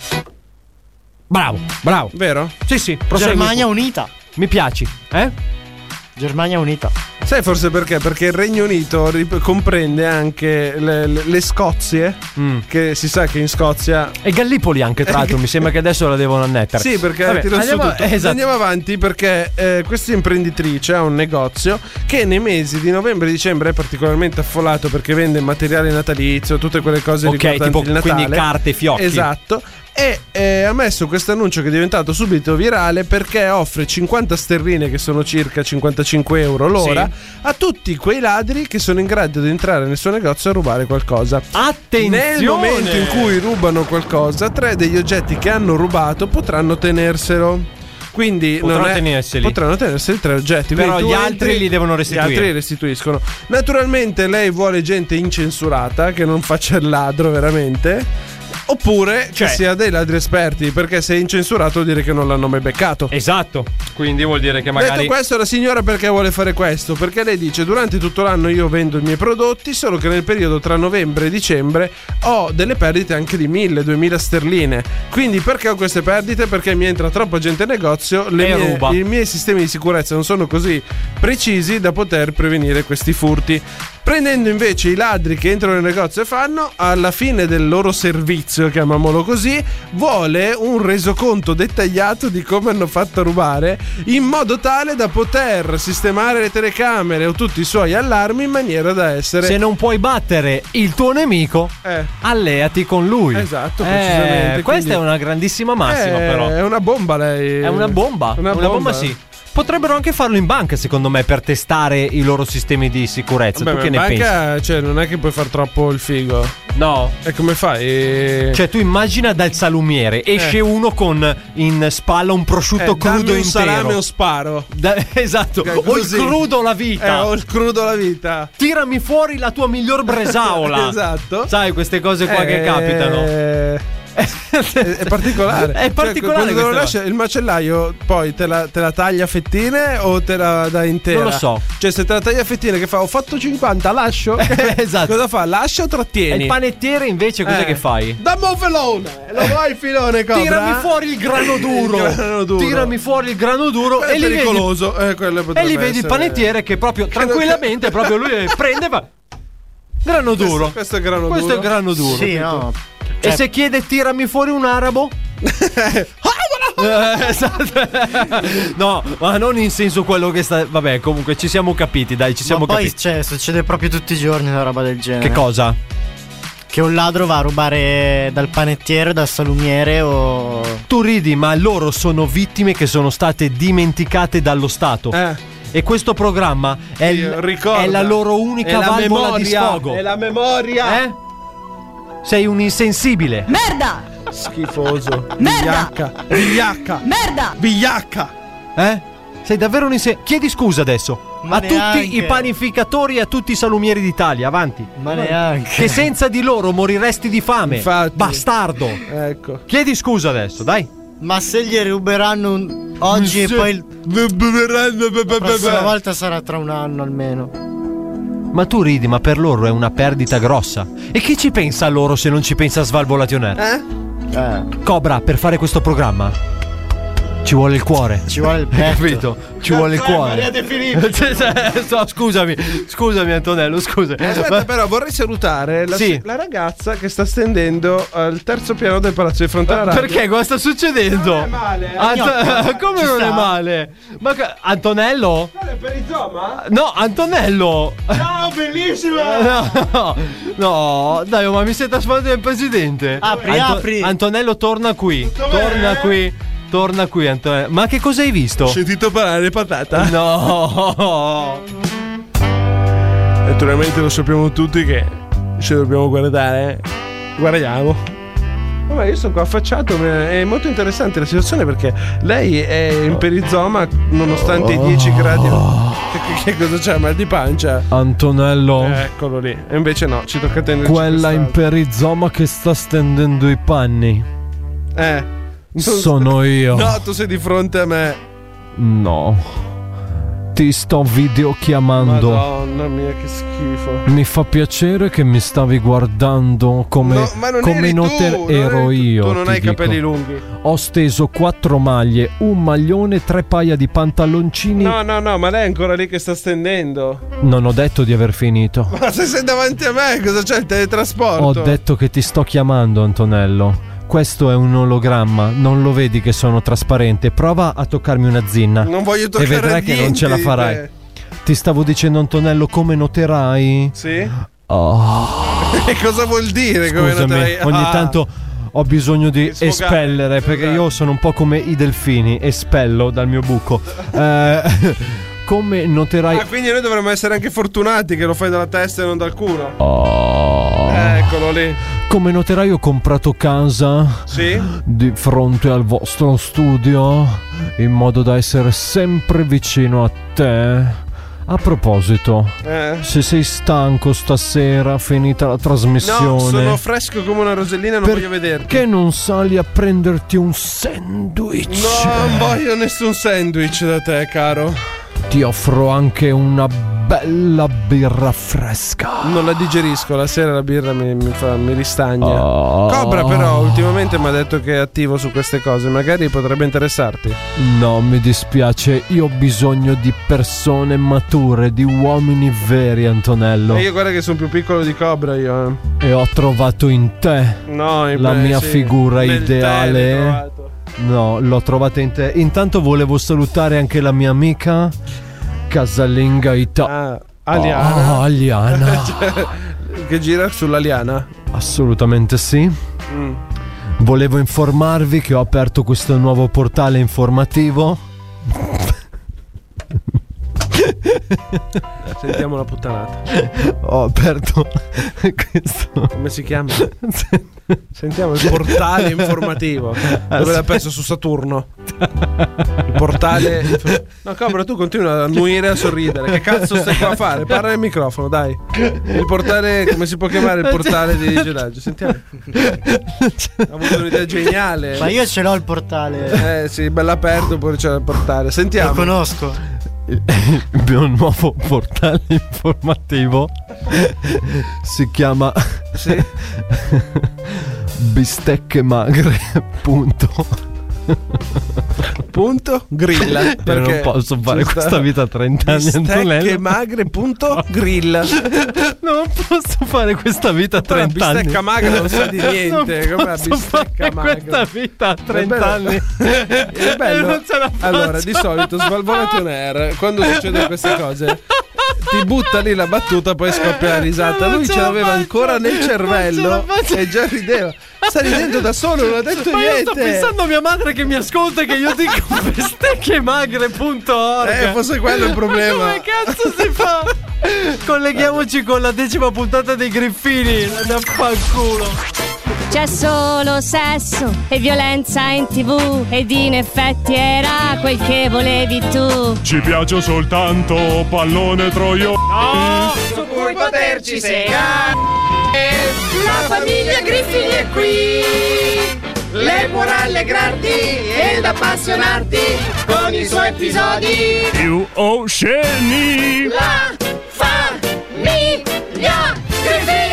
Bravo, bravo. Vero? Sì, sì. prosegui. Germania unita. Mi piaci, eh? Germania unita. Sai forse perché? Perché il Regno Unito rip- comprende anche le, le- le Scozie, Mm. che si sa che in Scozia... E Gallipoli anche, tra l'altro. Mi sembra che adesso la devono annettere. Sì, perché Vabbè, tiro su andiamo, tutto. esatto. Andiamo avanti perché eh, questa imprenditrice ha un negozio che nei mesi di novembre e dicembre è particolarmente affollato perché vende materiale natalizio, tutte quelle cose Ok, riguardanti tipo il Natale. quindi carte, fiocchi. Esatto. E eh, ha messo questo annuncio che è diventato subito virale perché offre cinquanta sterline, che sono circa cinquantacinque euro l'ora, Sì. a tutti quei ladri che sono in grado di entrare nel suo negozio a rubare qualcosa. Attenzione! Nel momento in cui rubano qualcosa, tre degli oggetti che hanno rubato potranno tenerselo. Quindi Potranno non è, tenerseli. potranno tenerseli tre oggetti. Però Quindi tu gli altri li devono restituire. Gli altri li restituiscono. Naturalmente lei vuole gente incensurata, che non faccia il ladro veramente. Oppure Cioè- che sia dei ladri esperti, perché se è incensurato vuol dire che non l'hanno mai beccato. Esatto. Quindi vuol dire che magari. Detto questo, la signora perché vuole fare questo? Perché lei dice: durante tutto l'anno io vendo i miei prodotti, solo che nel periodo tra novembre e dicembre ho delle perdite anche di mille, duemila sterline. Quindi perché ho queste perdite? Perché mi entra troppa gente in negozio, le E mie- ruba. i miei sistemi di sicurezza non sono così precisi da poter prevenire questi furti. Prendendo invece i ladri che entrano nel negozio e fanno, alla fine del loro servizio, chiamiamolo così, vuole un resoconto dettagliato di come hanno fatto a rubare, in modo tale da poter sistemare le telecamere o tutti i suoi allarmi in maniera da essere... Se non puoi battere il tuo nemico, Eh. alleati con lui. Esatto, Eh, precisamente. questa Quindi- è una grandissima massima, Eh, però. È una bomba lei. È una bomba. Una Una, bomba. bomba, sì. Potrebbero anche farlo in banca, secondo me, per testare i loro sistemi di sicurezza. Vabbè, tu ma che in ne pensi? banca, cioè, non è che puoi far troppo il figo. No. E come fai? Cioè, tu immagina dal salumiere esce Eh. uno con in spalla un prosciutto Eh, crudo dammi un intero. salame o sparo. Da- esatto. Ok, o il così. crudo la vita. Eh, ho il crudo la vita. Tirami fuori la tua miglior bresaola. Esatto. Sai, queste cose qua che Eh, capitano. È, è particolare. È particolare Cioè, quando te lo questa lascia, il macellaio poi te la, te la taglia a fettine o te la dà intera? Non lo so. Cioè, se te la taglia a fettine, che fa? Ho fatto cinquanta, lascio? Esatto. Cosa fa? Lascia o E trattieni? il panettiere invece cos'è Eh. che fai? Dammi un filone. Lo vuoi il filone, Cobra? Tirami fuori il grano duro. Il grano duro. Tirami fuori il grano duro Quello e è lì vedi, pericoloso. Eh, quello e potrebbe lì vedi il essere- panettiere che proprio tranquillamente proprio lui prende e va grano duro. Questo, questo è grano Questo duro. è grano duro. Sì, no. E se chiede tirami fuori un arabo? Eh, esatto. No, ma non in senso quello che sta. Vabbè, comunque ci siamo capiti, dai, ci siamo Ma poi capiti. cioè, succede proprio tutti i giorni una roba del genere. Che cosa? che un ladro va a rubare dal panettiere, dal salumiere o... Tu ridi, ma loro sono vittime che sono state dimenticate dallo Stato. Eh. E questo programma è, il- ricorda. è la loro unica È la valvola memoria, di sfogo. È la memoria. Eh? Sei un insensibile. Merda! Schifoso. Merda! Vigliacca. Vigliacca. Merda! Vigliacca. Eh? Sei davvero un insensibile. Chiedi scusa adesso. Ma a neanche. tutti i panificatori e a tutti i salumieri d'Italia, avanti. Ma neanche. Che senza di loro moriresti di fame. Infatti. Bastardo. Ecco. Chiedi scusa adesso, dai. Ma se gli ruberanno un- oggi e Se- poi la prossima volta sarà tra un anno almeno. Ma tu ridi, ma per loro è una perdita grossa. E chi ci pensa a loro se non ci pensa a Svalvolation Air? Eh? Eh, Cobra, per fare questo programma ci vuole il cuore. ci vuole il petto. Capito? Ci vuole il cuore. So, scusami, scusami Antonello, scusa. Aspetta, però vorrei salutare la, Sì. la ragazza che sta stendendo al terzo piano del palazzo di fronte alla radio. Perché? Cosa sta succedendo? Non è male, eh. Ant- come Ci non è sta. male? Ma ca- Antonello? Qual è per il Zoma? No, Antonello! Ciao, bellissima! No, no, dai, ma mi stai trasformando nel presidente. Apri, apri. Antonello, torna qui. Tutto torna bene? qui. Torna qui, Antonello. Ma che cosa hai visto? Ho sentito parlare di patata. No. Naturalmente lo sappiamo tutti che se dobbiamo guardare, guardiamo. Ma io sono qua affacciato, è molto interessante la situazione perché lei è in perizoma nonostante i dieci gradi. Che, che cosa c'è? Mal di pancia? Antonello, Eccolo lì. E invece no, ci tocca tenerci quella in quest'altro. perizoma che sta stendendo i panni. Eh. Non- Sono io. No, tu sei di fronte a me. No. Ti sto videochiamando. Madonna mia, che schifo. Mi fa piacere che mi stavi guardando come, No, ma non come eri non tu, te- non ero eri tu. io. Tu non ti hai i dico. capelli lunghi. Ho steso quattro maglie, un maglione, tre paia di pantaloncini. No, no, no, ma lei è ancora lì che sta stendendo. Non ho detto di aver finito. Ma se sei davanti a me, cosa c'è il teletrasporto? Ho detto che ti sto chiamando, Antonello. Questo è un ologramma, non lo vedi che sono trasparente? Prova a toccarmi una zinna. Non voglio E toccare vedrai che non ce la niente di farai. te. Ti stavo dicendo, Antonello, come noterai. Sì? Oh. E cosa vuol dire? Come Scusami, noterai? ogni Ah. tanto ho bisogno di sfogare, espellere perché esatto. io sono un po' come i delfini, espello dal mio buco. Eh, come noterai. Ah, quindi noi dovremmo essere anche fortunati che lo fai dalla testa e non dal culo. Oh. Eccolo lì. Come noterai, ho comprato casa Sì? di fronte al vostro studio in modo da essere sempre vicino a te. A proposito, Eh. se sei stanco stasera, finita la trasmissione, No, sono fresco come una rosellina, non Per- voglio vederti. che non sali a prenderti un sandwich? No, non voglio nessun sandwich da te, caro. Ti offro anche una bella birra fresca. Non la digerisco, la sera la birra mi, mi, fa, mi ristagna. Oh. Cobra però ultimamente mi ha detto che è attivo su queste cose, magari potrebbe interessarti. No, mi dispiace, io ho bisogno di persone mature, di uomini veri, Antonello. E io guarda che sono più piccolo di Cobra io. Eh. E ho trovato in te No, in la beh, mia sì, figura nel te l'hai ideale. trovato. No, l'ho trovata in te. Intanto volevo salutare anche la mia amica casalinga Ita. Ah, Aliana. Oh, Aliana. Cioè, che gira sulla liana. Assolutamente sì. Mm. Volevo informarvi che ho aperto questo nuovo portale informativo. Sentiamo la puttanata. Ho aperto questo. Come si chiama? Sentiamo il portale informativo. Dove l'ha perso su Saturno? Il portale. No, Cobra, tu continui a annuire e a sorridere. Che cazzo stai qua a fare? Parla nel microfono, dai. Il portale, come si può chiamare il portale di Gedaggio? Sentiamo. Ha avuto un'idea geniale. Ma io ce l'ho il portale. Eh sì, bella aperto, poi c'è il portale. Sentiamo. Lo conosco. Il mio nuovo portale informativo si chiama Sì. bistecche magre punto Punto grilla. Perché non posso fare questa vita a trenta anni, Antonello. Bistecche magre punto grilla. Non posso fare questa vita a trenta anni. La bistecca magra non sa di niente. Come la bistecca magra. Questa vita a trenta anni. È bello. Non ce la faccio. Allora, di solito Svalvolati on air, quando succedono queste cose, ti butta lì la battuta, poi scoppia la risata. Lui ce l'aveva ancora nel cervello e già rideva. Sta ridendo da solo, non ha detto ma niente. Io sto pensando a mia madre che mi ascolta e che io dico bistecche magre punto org. Eh, forse quello è il problema. Come cazzo si fa? Colleghiamoci con la decima puntata dei Griffini. Da fanculo. C'è solo sesso e violenza in tv ed in effetti era quel che volevi tu. Ci piace soltanto pallone troio. No, su cui poterci segare. La famiglia Griffini è qui. Lei può rallegrarti ed appassionarti con i suoi episodi più osceni. La famiglia Griffini.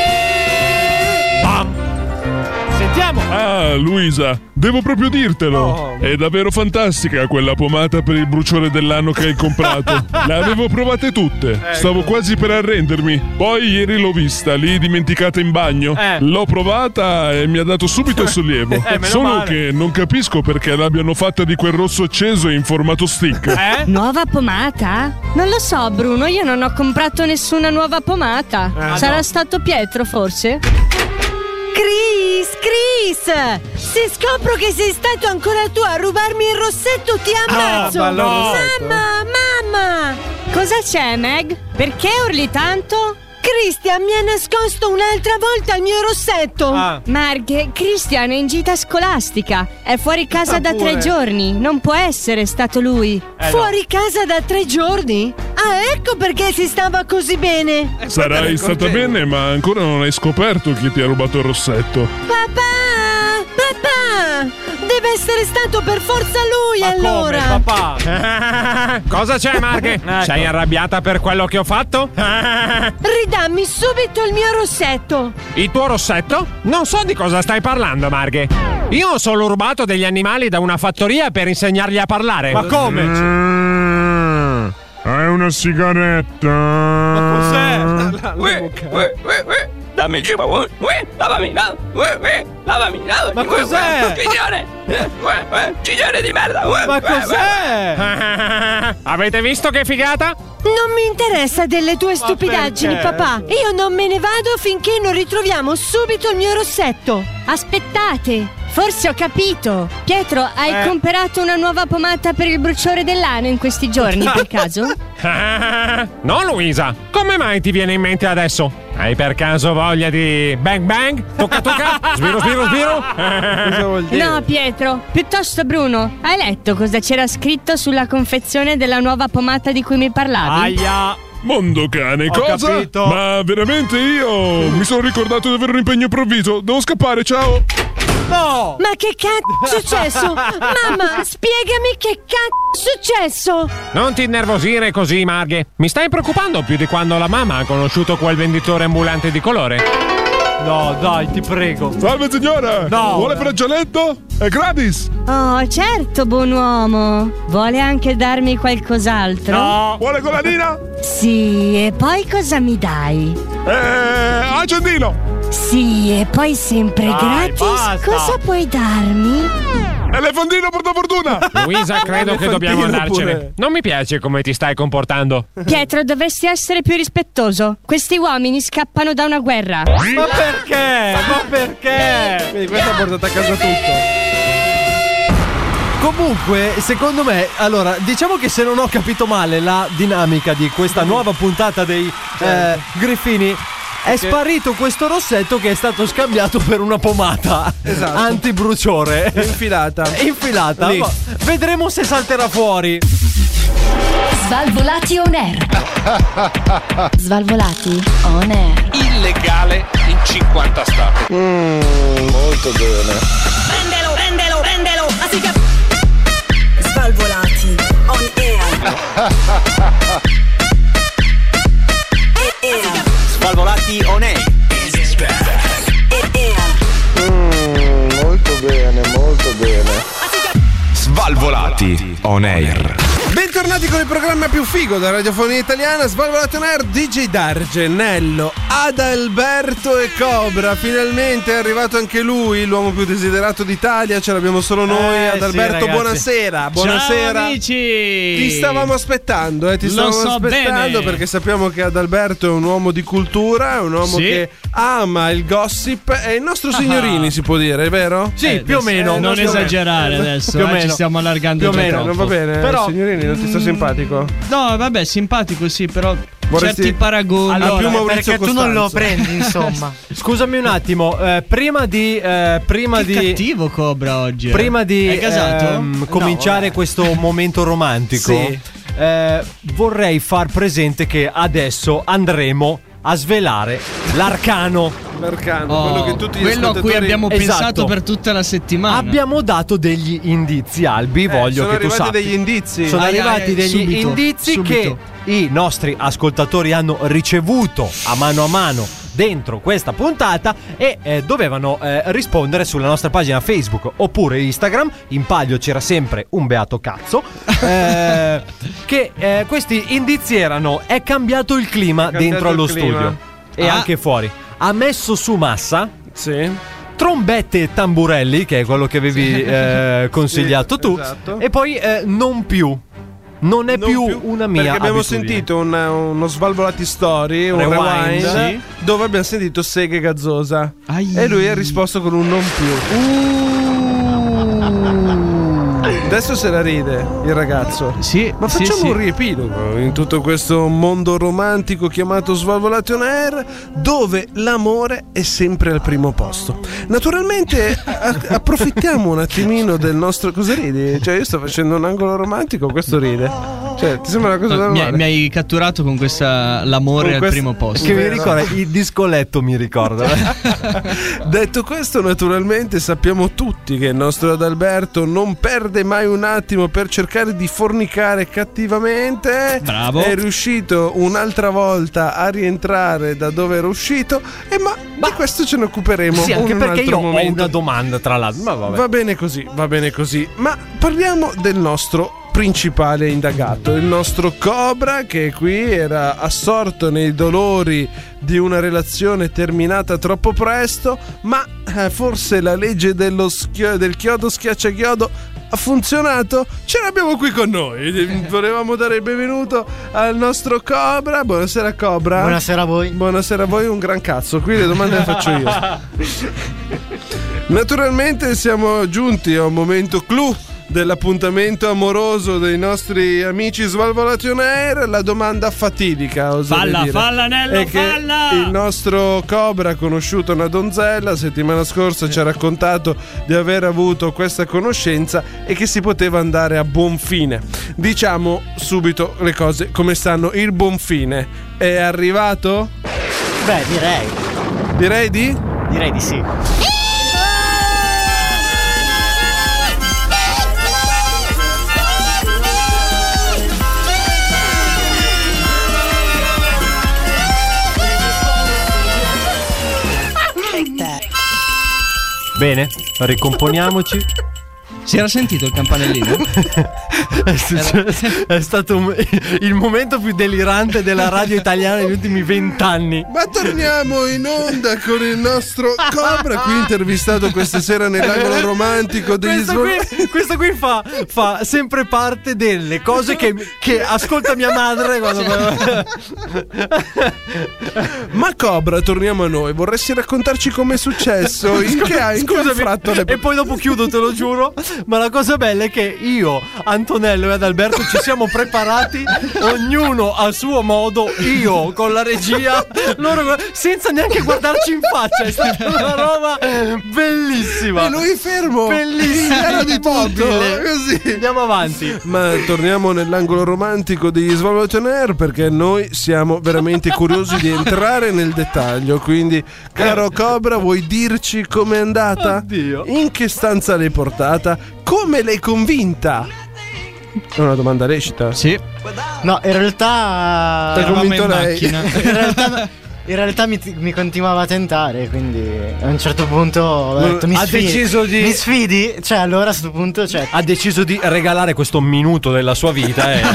Sentiamo. Ah, Luisa, devo proprio dirtelo. Oh. È davvero fantastica quella pomata per il bruciore dell'anno che hai comprato. Le avevo provate tutte. Ecco. Stavo quasi per arrendermi. Poi ieri l'ho vista lì dimenticata in bagno. Eh. L'ho provata e mi ha dato subito sollievo. Eh, meno Solo male. che non capisco perché l'abbiano fatta di quel rosso acceso in formato stick. Eh? Nuova pomata? Non lo so, Bruno, io non ho comprato nessuna nuova pomata. Eh, Sarà no. stato Pietro, forse? Chris, Chris! Se scopro che sei stato ancora tu a rubarmi il rossetto, ti ammazzo! ma no. Mamma, mamma! Cosa c'è, Meg? Perché urli tanto? Christian mi ha nascosto un'altra volta il mio rossetto! Ah. Marghe, Christian è in gita scolastica. È fuori casa Ah, da pure. tre giorni. Non può essere stato lui. Eh, Fuori casa da tre giorni? Ah, ecco perché si stava così bene! Sarai stata bene, ma ancora non hai scoperto chi ti ha rubato il rossetto. Papà! Papà! Deve essere stato per forza lui, Ma allora! come, papà? Cosa c'è, Marghe? Ecco. Sei arrabbiata per quello che ho fatto? Ridammi subito il mio rossetto! Il tuo rossetto? Non so di cosa stai parlando, Marghe. Io ho solo rubato degli animali da una fattoria per insegnargli a parlare. Ma come? Mm, è una sigaretta. Ma cos'è? Uè, uè, uè, uè. Dammi il cibo, uè, uè, lavami, la- uè, uè, lavami, lavami. Ma uè, cos'è? uè, Ciglione, eh, uè, uè, ciglione di merda, uè, Ma uè, uè, cos'è? Avete visto che figata? Non mi interessa delle tue stupidaggini, perché? papà! Io non me ne vado finché non ritroviamo subito il mio rossetto! Aspettate! Forse ho capito. Pietro, hai Eh. comprato una nuova pomata per il bruciore dell'ano in questi giorni, per caso? No, Luisa. Come mai ti viene in mente adesso? Hai per caso voglia di bang bang? Tocca tocca? Sviro sviro sviro? Cosa vuol dire? No, Pietro. Piuttosto, Bruno, hai letto cosa c'era scritto sulla confezione della nuova pomata di cui mi parlavi? Aia. Mondo cane, Ho cosa? capito. Ma veramente io mi sono ricordato di avere un impegno improvviso. Devo scappare, ciao. No! Ma che cazzo è successo? Mamma, spiegami che cazzo è successo! Non ti innervosire così, Marghe. Mi stai preoccupando più di quando la mamma ha conosciuto quel venditore ambulante di colore. No, dai, ti prego. Salve signora. No. Vuole braccialetto? È gratis. Oh, certo, buon uomo. Vuole anche darmi qualcos'altro? No. Vuole coladina? Sì, e poi cosa mi dai? Eh, accendino. Sì, e poi sempre Dai, gratis? basta. Cosa puoi darmi? Elefantino portafortuna. Luisa, credo che dobbiamo andarcene. pure. Non mi piace come ti stai comportando. Pietro, dovresti essere più rispettoso. Questi uomini scappano da una guerra. Ma perché? Ma perché? Quindi questa ha portato a casa tutto. Comunque, secondo me, allora, diciamo che se non ho capito male la dinamica di questa nuova puntata dei eh, Griffini, è sparito questo rossetto che è stato scambiato per una pomata Esatto. antibruciore Infilata. infilata. Lì. Ma vedremo se salterà fuori. Svalvolati on air. Svalvolati on air. Illegale in cinquanta stati. Mmm, molto bene. Prendelo, prendelo, prendelo! Así che... Svalvolati on air. Svalvolati on air. Mmm, molto bene, molto bene. On Air. Bentornati con il programma più figo della radiofonia italiana, Svalvolato on Air, D J Darge, Nello, Adalberto e Cobra. Finalmente è arrivato anche lui, l'uomo più desiderato d'Italia, ce l'abbiamo solo noi. Eh, Adalberto, sì, buonasera. Buonasera. Ciao amici. Ti stavamo aspettando, eh, ti Lo stavamo so aspettando bene. perché sappiamo che Adalberto è un uomo di cultura, è un uomo Sì. che ama il gossip, è il nostro signorini, si può dire, è vero? Sì, Eh, più o meno. Non più o esagerare meno. adesso, Più o eh, meno. ci stiamo allargando Più o già meno. troppo. Non va bene, Però- signorini, non ti sta simpatico? No, vabbè, simpatico sì, però Vorresti- certi paragoni. Allora, più Allora, Maurizio perché tu non lo Costanzo. prendi, insomma. Scusami un attimo, eh, prima di eh, prima Che di cattivo Cobra oggi. eh. prima di Hai casato? ehm, cominciare vabbè. questo momento romantico, Sì. eh, vorrei far presente che adesso andremo a svelare l'arcano. L'arcano, Oh, quello che tutti gli quello a cui ascoltatori- abbiamo Esatto. pensato per tutta la settimana. Abbiamo dato degli indizi, Albi, Eh, voglio sono che tu arrivati sappi. degli indizi. Sono Ai, ai, arrivati ai, degli subito, indizi subito. che i nostri ascoltatori hanno ricevuto a mano a mano dentro questa puntata e eh, dovevano eh, rispondere sulla nostra pagina Facebook oppure Instagram. In palio c'era sempre un beato cazzo. eh, che eh, questi indizi erano: è cambiato il clima cambiato dentro il allo clima. studio e Ah. anche fuori. Ha messo su massa Sì. trombette e tamburelli, che è quello che avevi eh, consigliato Sì, tu, esatto. e poi eh, non più. Non è Non più, una mia perché abbiamo abitudine. sentito un- uno Svalvolati Story, un Rewind, rewind, sì. dove abbiamo sentito Seghe Gazzosa. Ai. E lui ha risposto con un non più. Adesso se la ride il ragazzo. Sì, Ma sì, facciamo sì. un riepilogo in tutto questo mondo romantico chiamato Svalvolati on Air, dove l'amore è sempre al primo posto. Naturalmente a- approfittiamo un attimino del nostro... Cosa ridi? Cioè io sto facendo un angolo romantico, questo ride. Cioè ti sembra una cosa Mi, normale? mi hai catturato con questa l'amore Con al questa- primo posto. Che mi Vero. ricorda il discoletto, mi ricorda. Detto questo, naturalmente sappiamo tutti che il nostro Adalberto non perde mai un attimo per cercare di fornicare cattivamente. Bravo. È riuscito un'altra volta a rientrare da dove era uscito. E ma, di questo ce ne occuperemo. Sì, anche in un perché altro io momento. ho una domanda, tra l'altro. Ma vabbè. Va bene così, va bene così. Ma parliamo del nostro principale indagato, il nostro Cobra, che qui era assorto nei dolori di una relazione terminata troppo presto, ma eh, forse la legge dello schio- del chiodo schiaccia chiodo ha funzionato. Ce l'abbiamo qui con noi. Volevamo dare il benvenuto al nostro Cobra. Buonasera Cobra. Buonasera a voi. Buonasera a voi, un gran cazzo. Qui le domande le faccio io. Naturalmente siamo giunti a un momento clou dell'appuntamento amoroso dei nostri amici Svalvolati on Air. La domanda fatidica, oserei Falla, dire, falla, Nello, è che falla! il nostro Cobra ha conosciuto una donzella. La settimana scorsa ci ha raccontato di aver avuto questa conoscenza e che si poteva andare a buon fine. Diciamo subito le cose come stanno. Il buon fine è arrivato? Beh, direi. Direi di? Direi di sì. Bene, ricomponiamoci. Si era sentito il campanellino? È, successo- è stato un- il momento più delirante della radio italiana negli ultimi vent'anni. Ma torniamo in onda con il nostro Cobra, qui intervistato questa sera nell'angolo romantico degli Questo Svol- qui, questo qui fa, fa sempre parte delle cose che, che ascolta mia madre quando... Ma Cobra, torniamo a noi. Vorresti raccontarci com'è successo? In che ha in che ha Scusami, fatto le... e poi dopo chiudo, te lo giuro. Ma la cosa bella è che io, Antonello e Adalberto ci siamo preparati, ognuno a suo modo, io con la regia, loro senza neanche guardarci in faccia. È stata una roba bellissima. E lui fermo, Bellissima. pieno di tutto, così. Andiamo avanti. Ma torniamo nell'angolo romantico degli Svalvolati on Air, perché noi siamo veramente curiosi di entrare nel dettaglio. Quindi, caro Cobra, vuoi dirci com'è andata? Oddio. In che stanza l'hai portata? Come l'hai convinta? È una domanda lecita. Sì. No, in realtà. T'ha convinto in lei? macchina. In realtà in realtà mi, mi continuava a tentare, quindi a un certo punto ho detto mi ha sfidi, deciso di mi sfidi? Cioè allora a questo punto cioè... ha deciso di regalare questo minuto della sua vita e...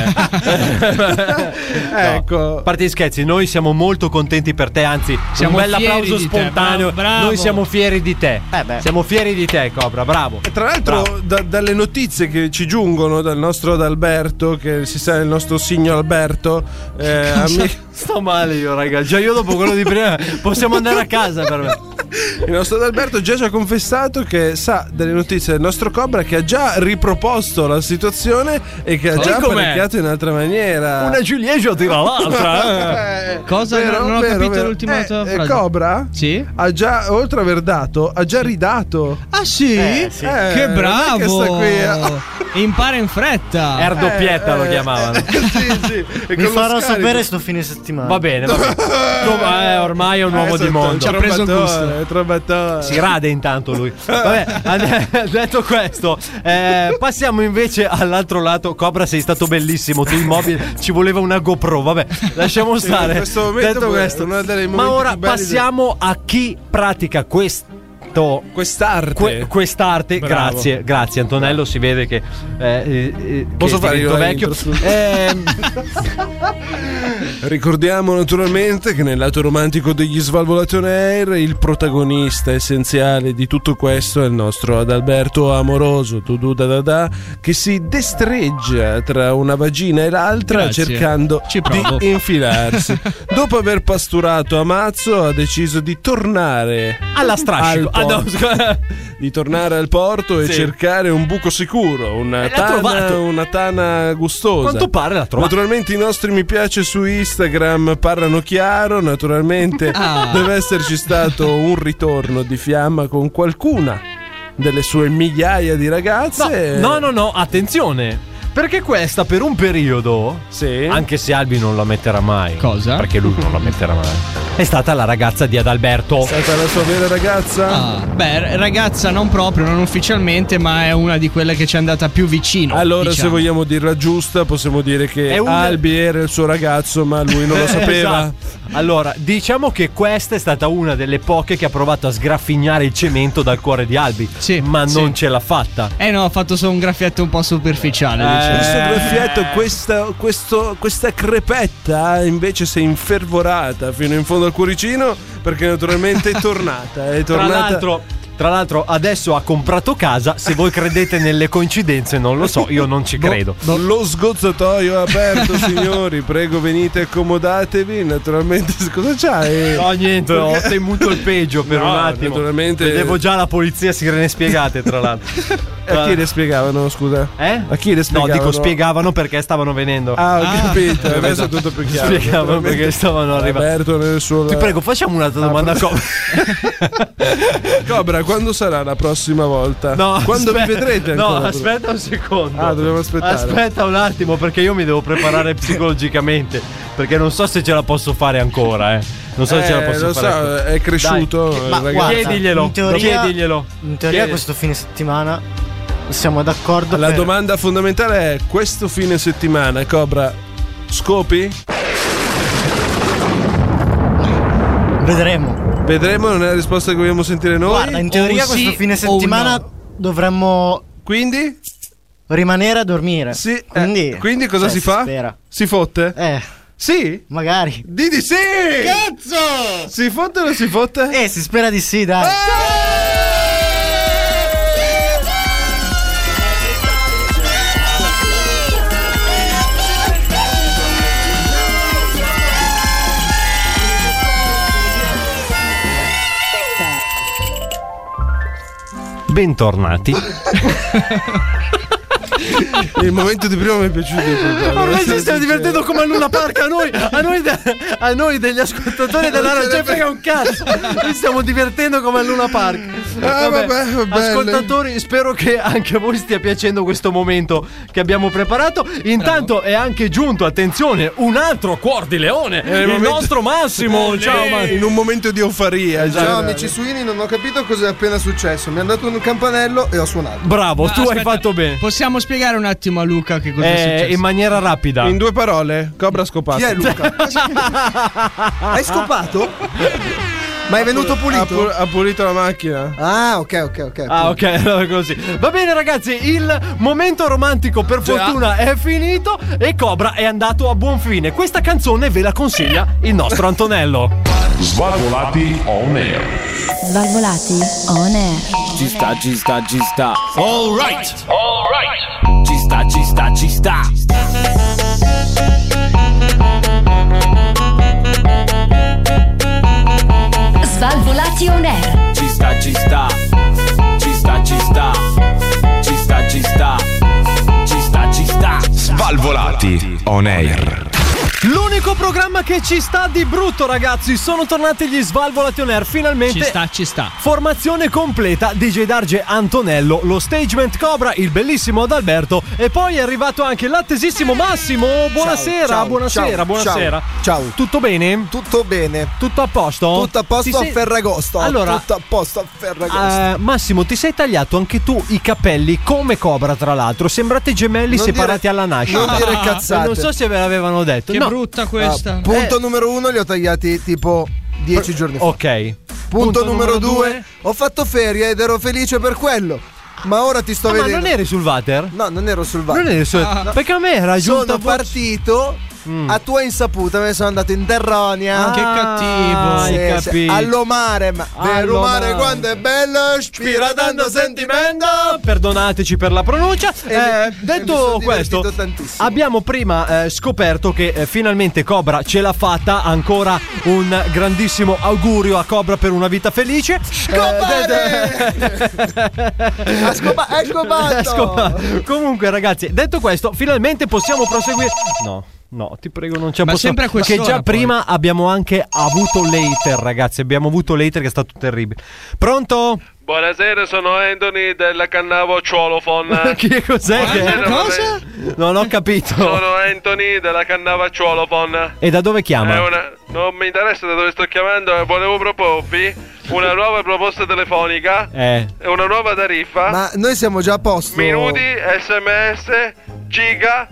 Ecco, no, a parte gli scherzi, noi siamo molto contenti per te, anzi Siamo un bel fieri applauso di te, spontaneo. bravo, bravo. Noi siamo fieri di te. Eh beh. Siamo fieri di te, Cobra, bravo. Tra l'altro, da, dalle notizie che ci giungono dal nostro Adalberto, che si sa il nostro signor Alberto, eh, amico. Sto male io, raga. Già io dopo quello di prima possiamo andare a casa per me. Il nostro Adalberto già ci ha confessato che sa delle notizie del nostro Cobra, che ha già riproposto la situazione e che ha già apparecchiato in altra maniera. Una ciliegia tira l'altra. Eh, Cosa? vero, non ho vero, capito vero. l'ultima eh, tua eh, frase. Cobra Sì? ha già, oltre ad aver dato, ha già ridato. Ah sì? Eh, sì. Eh, Che non è bravo! che sta qui a- Impara in fretta. Erdoppietta lo chiamavano. Eh, sì, sì. E Mi con lo farò scarico. sapere sto fine settimana. Va bene, va bene. Eh, ormai è un uomo Eh, di mondo. Ci ha preso il gusto. Trombatore, trombatore. Si rade intanto lui. Vabbè, ad- detto questo, eh, passiamo invece all'altro lato. Cobra, sei stato bellissimo. Tu immobile, ci voleva una GoPro. Vabbè, lasciamo Sì, stare. in questo momento detto poi è questo, uno dei ma momenti ora più belli passiamo a chi pratica questo. Quest'arte. Que- quest'arte, Bravo. grazie, grazie Antonello. Si vede che eh, eh, Posso che fare io divento la vecchio. intro, scusa? Ehm, Ricordiamo naturalmente che nel lato romantico degli Svalvolation Air il protagonista essenziale di tutto questo è il nostro Adalberto amoroso, tu du da da da, che si destreggia tra una vagina e l'altra Grazie. cercando Ci provo. di infilarsi. Dopo aver pasturato a mazzo ha deciso di tornare alla strascico. al Ah, no, porto. scusa. Di tornare al porto e Sì. cercare un buco sicuro, una E l'ha tana, trovato. una tana gustosa. Quanto pare l'ha trovato. Naturalmente i nostri mi piace su Instagram parlano chiaro, naturalmente Ah. deve esserci stato un ritorno di fiamma con qualcuna delle sue migliaia di ragazze. No, no, no, no, attenzione. Perché questa per un periodo, Sì. anche se Albi non la metterà mai. Cosa? Perché lui non la metterà mai. È stata la ragazza di Adalberto. È stata la sua vera ragazza? Ah, beh, ragazza non proprio, non ufficialmente, ma è una di quelle che ci è andata più vicino. Allora, diciamo. se vogliamo dirla giusta, possiamo dire che È un- Albi era il suo ragazzo, ma lui non lo sapeva. Esatto. Allora, diciamo che questa è stata una delle poche che ha provato a sgraffignare il cemento dal cuore di Albi. Sì, ma sì. non ce l'ha fatta. Eh no, ha fatto solo un graffietto un po' superficiale. Eh. diciamo. Questo graffietto, questa, questo, questa crepetta invece si è infervorata fino in fondo al cuoricino, perché naturalmente è tornata. È Tra tornata. l'altro, tra l'altro adesso ha comprato casa. Se voi credete nelle coincidenze, non lo so, io non ci credo. Lo sgozzatoio è aperto, signori. Prego, venite, accomodatevi. Naturalmente, cosa c'hai? No, niente, ho temuto il peggio per No, un attimo. naturalmente- Vedevo già la polizia sirene spiegate, tra l'altro. A chi le spiegavano, scusa? Eh? A chi le No, spiegavano? dico spiegavano perché stavano venendo. Ah, ho Ah. capito. Adesso è tutto più chiaro. Spiegavano perché stavano arrivando. Alberto nel suo. Ti prego, facciamo un'altra domanda a Cobra. Cobra, quando sarà la prossima volta? No, quando aspetta, vi vedrete No, ancora? aspetta un secondo. Ah, dobbiamo aspettare. Aspetta un attimo, perché io mi devo preparare psicologicamente. Perché non so se ce la posso fare ancora, eh. Non so se ce la Eh, posso lo fare. so, ancora. è cresciuto. Dai. eh, Ma ragazzi. guarda, Chiediglielo, in teoria, chiediglielo. in teoria Chiedi- questo fine settimana siamo d'accordo. La per- domanda fondamentale è: questo fine settimana, Cobra, scopi? Vedremo. Vedremo, non è la risposta che vogliamo sentire noi. Guarda, in teoria o questo sì fine o settimana no. dovremmo Quindi? rimanere a dormire. Sì. eh, Quindi, quindi cosa cioè, si fa? Spera. Si fotte? Eh, Sì? magari. Di di sì! Cazzo! Si fotte o non si fotte? Eh, si spera di sì, dai. Bentornati. Il momento di prima mi è piaciuto. Ormai ci stiamo divertendo come a Luna Park. A noi, a noi, de- a noi degli ascoltatori della radio, cioè frega un cazzo. Ci stiamo divertendo come a Luna Park. Ah, vabbè, va bene. Ascoltatori, spero che anche a voi stia piacendo questo momento che abbiamo preparato. Intanto è anche giunto, attenzione, un altro cuor di leone. il il momento- nostro Massimo. Ciao, Massimo. In un momento di euforia. Ciao generale. amici suini, non ho capito cosa è appena successo. Mi hanno dato un campanello e ho suonato. Bravo, tu hai Aspetta, fatto bene. Possiamo spiegare spiegare un attimo a Luca che cosa è Eh, successo? in maniera rapida. In due parole, Cobra scopato. Chi è Luca? Hai scopato? Ma è venuto Ha, pulito? pu- ha pulito la macchina. Ah, ok, ok, ok. Ah, ok, allora così. Va bene, ragazzi, il momento romantico per Già. fortuna è finito e Cobra è andato a buon fine. Questa canzone ve la consiglia il nostro Antonello. Svalvolati on air. Svalvolati on air. Ci sta, ci sta, ci sta. All right, all right. Ci sta, ci sta, ci sta. Svalvolati on air. Ci sta, ci sta. Ci sta, ci sta. Ci sta, ci sta. Ci sta, ci sta. Svalvolati on air. L'unico programma che ci sta di brutto, ragazzi. Sono tornati gli Svalvolati on air. Finalmente Ci sta, ci sta. formazione completa. D J Darge, Antonello, lo stagement Cobra, il bellissimo Adalberto. E poi è arrivato anche l'attesissimo Massimo. Buonasera, Ciao, buonasera, ciao, buonasera. Ciao. Tutto bene? Tutto bene. Tutto a posto? Tutto a posto Ti a sei- Ferragosto. Allora, Tutto a posto a Ferragosto. Eh, Massimo, ti sei tagliato anche tu i capelli come Cobra, tra l'altro. Sembrate gemelli Non separati dire- alla nascita. non dire cazzate. Non so se ve l'avevano detto. Che No. brutta questa. Ah, punto Eh. numero uno li ho tagliati tipo dieci giorni fa. Ok. Punto, numero due, ho fatto ferie ed ero felice per quello. Ma ora ti sto Ah, ma vedendo. non eri sul water? No, non ero sul bar. Non eri sul No. Perché a me era giunta Sono voce- partito Mm. a tua insaputa, me ne sono andato in Terronia. Ah, che cattivo. Sì, Hai sì, capito. all'omare, ma All'omare. l'omare quando è bello ispira tanto sentimento. Perdonateci per la pronuncia. E Eh, mi- e mi detto sono questo, divertito tantissimo. abbiamo prima eh, scoperto che eh, finalmente Cobra ce l'ha fatta. Ancora un grandissimo augurio a Cobra per una vita felice. Scopare! Eh, Ha scopa- è scopato! Scopa- Comunque, ragazzi, detto questo, finalmente possiamo proseguire. No. No, ti prego, non c'è Ma posso- sempre a Che quest'ora, già poi. prima abbiamo anche avuto l'hater, ragazzi. Abbiamo avuto l'hater che è stato terribile. Pronto? Buonasera, sono Anthony della Cannavo Ciolofon. Che cos'è? Buonasera, che... Cosa? Non ho capito. Sono Anthony della Cannava Ciolofon. E da dove chiama? È una... Non mi interessa da dove sto chiamando, eh, volevo proporvi una nuova proposta telefonica Eh. e una nuova tariffa. Ma noi siamo già a posto. Minuti, sms, giga,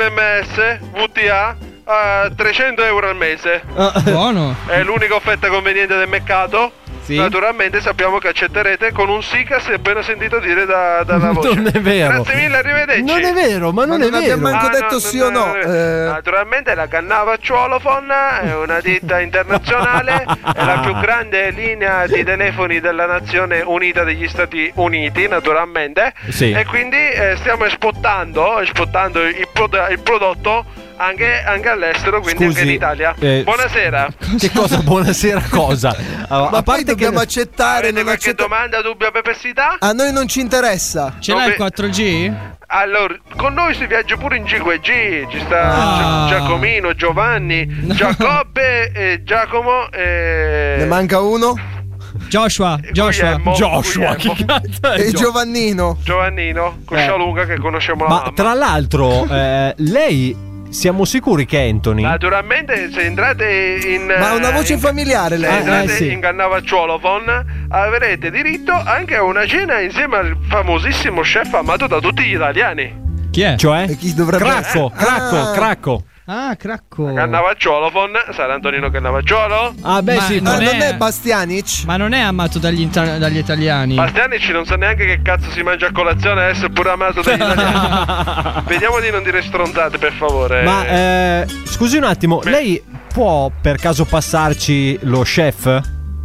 mms, vta a trecento euro al mese. Buono. È l'unica offerta conveniente del mercato. Sì. Naturalmente sappiamo che accetterete con un sì che si è appena sentito dire da, dalla voce. Non è vero. Grazie mille, arrivederci. Non è vero, ma non Ma è non vero. abbiamo manco Ah, detto no, sì no, o no. no, no. eh, Naturalmente la Cannava Ciolofon è una ditta internazionale, è la più grande linea di telefoni della nazione unita degli Stati Uniti, naturalmente. Sì. E quindi eh, stiamo esportando, esportando il, prod- il prodotto anche, anche all'estero, quindi Scusi, anche in Italia. eh, Buonasera. Che cosa? Buonasera, cosa? Allora, Ma a poi parte dobbiamo che... accettare. Avete Non qualche accetta- domanda, dubbio, perplessità? A noi non ci interessa. Ce l'hai Dove- il quattro G? Allora, con noi si viaggia pure in cinque G, ci sta Ah. Gia- Giacomino, Giovanni, Giacobbe, e Giacomo e... Ne manca uno. Joshua, Joshua. Guglielmo, Joshua, Guglielmo. che cazzo è? E Gio- Giovannino. Giovannino, con Eh. Scialunga che conosciamo la Ma mamma. tra l'altro, eh, lei siamo sicuri che è Anthony? Naturalmente se entrate in... Ma ha una eh, voce in- familiare Se lei. entrate eh, sì. in Cannava Ciolofon avrete diritto anche a una cena insieme al famosissimo chef amato da tutti gli italiani. Chi è? Cioè? E chi dovrebbe Cracco, cracco, Ah. cracco. Ah, Cracco. Cannavacciolofon, sarà Antonino Cannavacciolo? Ah, beh, Ma sì. Ma non non è- è Bastianic? Ma non è amato dagli, ita- dagli italiani. Bastianici non sa neanche che cazzo si mangia a colazione, adesso è pure amato dagli italiani. Vediamo di non dire stronzate, per favore. Ma eh, scusi un attimo, Beh. lei può per caso passarci lo chef?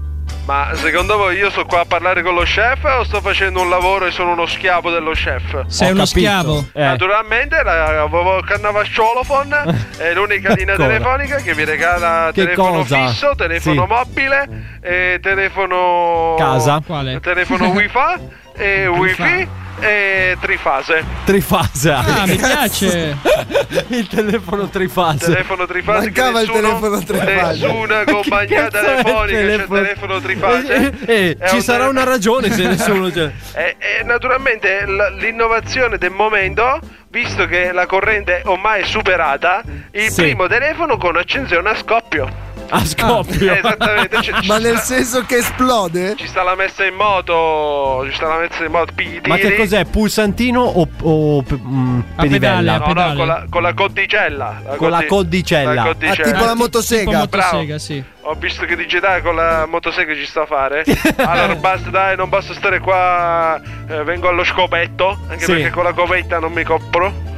Ma secondo voi io sto qua a parlare con lo chef o sto facendo un lavoro e sono uno schiavo dello chef? Sei Ho uno capito. schiavo. Eh. Naturalmente la Cannavacciolofon è l'unica linea Ancora. telefonica che vi regala Che telefono cosa? fisso, telefono Sì. mobile, e telefono Casa. Quale? telefono wifi e wifi e trifase. Trifase. Ah, mi piace. Il telefono trifase. Telefono trifase che Mancava il nessuno- telefono trifase. Nessuna Che compagnia cazzo è il telefonica c'è il telefono? telefono trifase. Eh, eh, È ci un sarà tele- una ragione se nessuno c'è. E, e naturalmente l- l'innovazione del momento, visto che la corrente ormai è superata, il Sì. primo telefono con accensione a scoppio. A scoppio. Eh, esattamente. Ci- ci Ma sta- nel senso che esplode? Ci sta la messa in moto. Ci sta la messa in moto. Tiri. Ma che cos'è? Pulsantino o, o p- mm, A pedivella? pedale, No, no, con la, con la codicella. Con la codicella. La Ah, codicella. tipo la motosega. Tipo motosega, sì. Ho visto che digitale con la motosega ci sta a fare. Allora basta, dai, non basta stare qua. eh, vengo allo scopetto. Anche Sì. perché con la covetta non mi copro.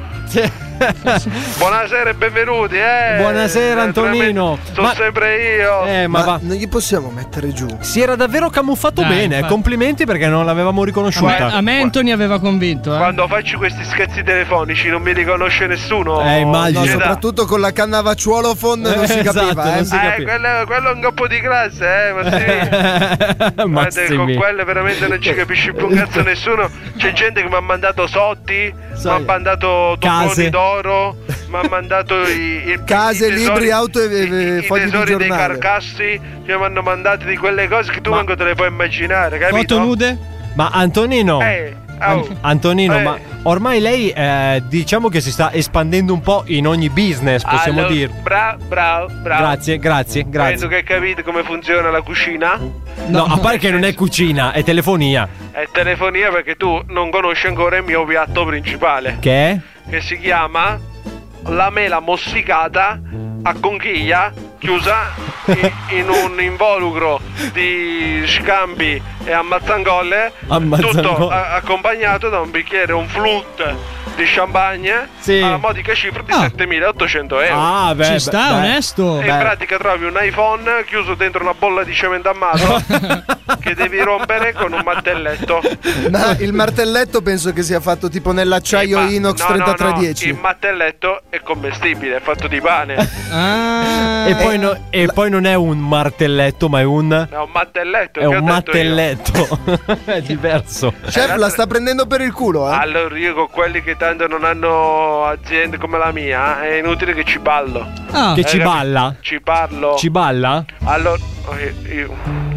Buonasera e benvenuti, eh. Buonasera, Eh, Antonino. Sono Ma- sempre io. Eh, ma, Ma va. non gli possiamo mettere giù. Si era davvero camuffato Dai, bene. infatti. Complimenti perché non l'avevamo A me, riconosciuta. a me Anthony aveva convinto, eh. Quando faccio questi scherzi telefonici non mi riconosce nessuno. Eh, immagino. No, Jedi. soprattutto con la cannavacciuolo phone non si Eh, capiva, esatto, eh. non si Eh, capiva. quello, quello è un capo di classe, eh, Massimiliano. Guarda, Massimi. con quelle veramente non ci capisce più un cazzo nessuno. C'è gente che mi ha mandato sotti, mi ha mandato Case. topponi d'oro, mi ha mandato i, i Case, i tesori- libri, auto e- e- i, i fogli di tesori dei giornale. carcassi che mi hanno mandato di quelle cose che tu Ma- manco te le puoi immaginare, capito? Foto nude? Ma Antonino. Eh, An- oh. Antonino, Eh. ma ormai lei eh, diciamo che si sta espandendo un po' in ogni business, possiamo Allora, dire. Bravo, bravo, bravo. Grazie, grazie, Penso grazie. che capite come funziona la cucina. No, a parte che non è cucina, è telefonia. È telefonia perché tu non conosci ancora il mio piatto principale, Che è? che si chiama la mela mossicata a conchiglia chiusa in, in un involucro di scambi e ammazzangolle, Ammazzangolle. tutto a- accompagnato da un bicchiere, un flute di champagne Sì. alla modica cifra di Ah. settemilaottocento euro. Ah, beh, Ci sta, beh, onesto. E in beh. pratica trovi un iPhone chiuso dentro una bolla di cemento ammato che devi rompere con un martelletto. Ma il martelletto penso che sia fatto tipo nell'acciaio Eh, ma- inox no, no, no, trentatré dieci. il martelletto è commestibile, è fatto di pane. Ah. E, poi, no- e poi non è un martelletto, ma è un. È un martelletto. È che ho un detto io. mattelletto. È diverso. Chef la sta prendendo per il culo, eh? Allora io con quelli che tanto non hanno aziende come la mia è inutile che ci ballo. Ah. Che Eh, ci capi- balla? Ci parlo. Ci balla? Allora io- io-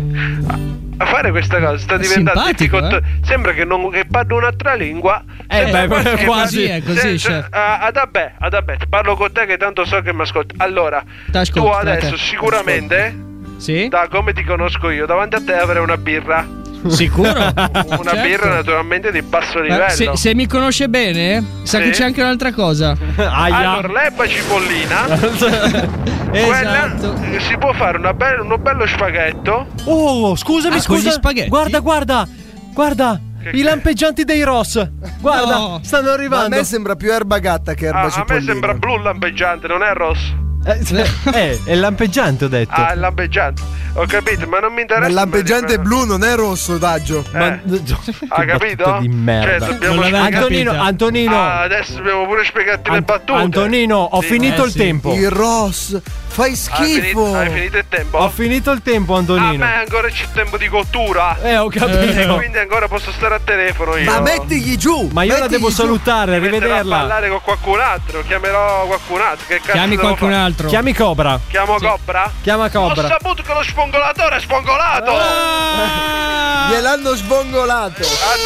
a fare questa cosa sta È diventando simpatico, difficile. eh? Sembra che, non, che parlo un'altra lingua. Eh, Sembra beh, quasi- quasi. È così, Se- chef. se- ah, ah, vabbè, ah, vabbè, parlo con te che tanto so che mi ascolti. Allora, T'ascolto, tu adesso frate. sicuramente, Sì? da come ti conosco io, davanti a te avrei una birra. Sicuro? Una Certo. birra naturalmente di basso Ma livello. se, se mi conosce bene, sa Sì. che c'è anche un'altra cosa. Aia. Allora, l'erba cipollina, Esatto. quella, si può fare una be- uno bello spaghetto. Oh, scusami, Ah, con scusa. gli spaghetti? Guarda, guarda. Guarda. Che- I lampeggianti dei Ross. Guarda, No. stanno Ma a arrivando. me sembra più erba gatta che erba Ah, a me cipollina. sembra blu lampeggiante, non è rosso. Eh, eh, è lampeggiante, ho detto. Ah, è lampeggiante. Ho capito, ma non mi interessa. Ma il lampeggiante è ma- blu, non è rosso, Daggio. Eh, Ma- ha che capito? battuta di merda. Cioè, dobbiamo Non l'aveva spiegare- Antonino, capita. Antonino. Ah, adesso dobbiamo pure spiegarti le An- battute. Antonino, ho Sì. finito Eh, il sì. tempo. Il Ross, fai Hai schifo. finito, hai finito il tempo? Ho finito il tempo, A Antonino. me ancora c'è tempo di cottura. Eh, ho E capito. quindi ancora posso stare a telefono io. Ma mettigli giù. Ma io la mettigli devo giù. salutare, Mi metterò a rivederla. parlare con qualcun altro. Chiamerò qualcun altro. Che cazzo Chiami devo qualcun fare? altro. Chiami Cobra. Chiamo Cobra? Chiama Ho Cobra. saputo che lo spongolatore è spongolato. Ah! Gliel'hanno sbongolato.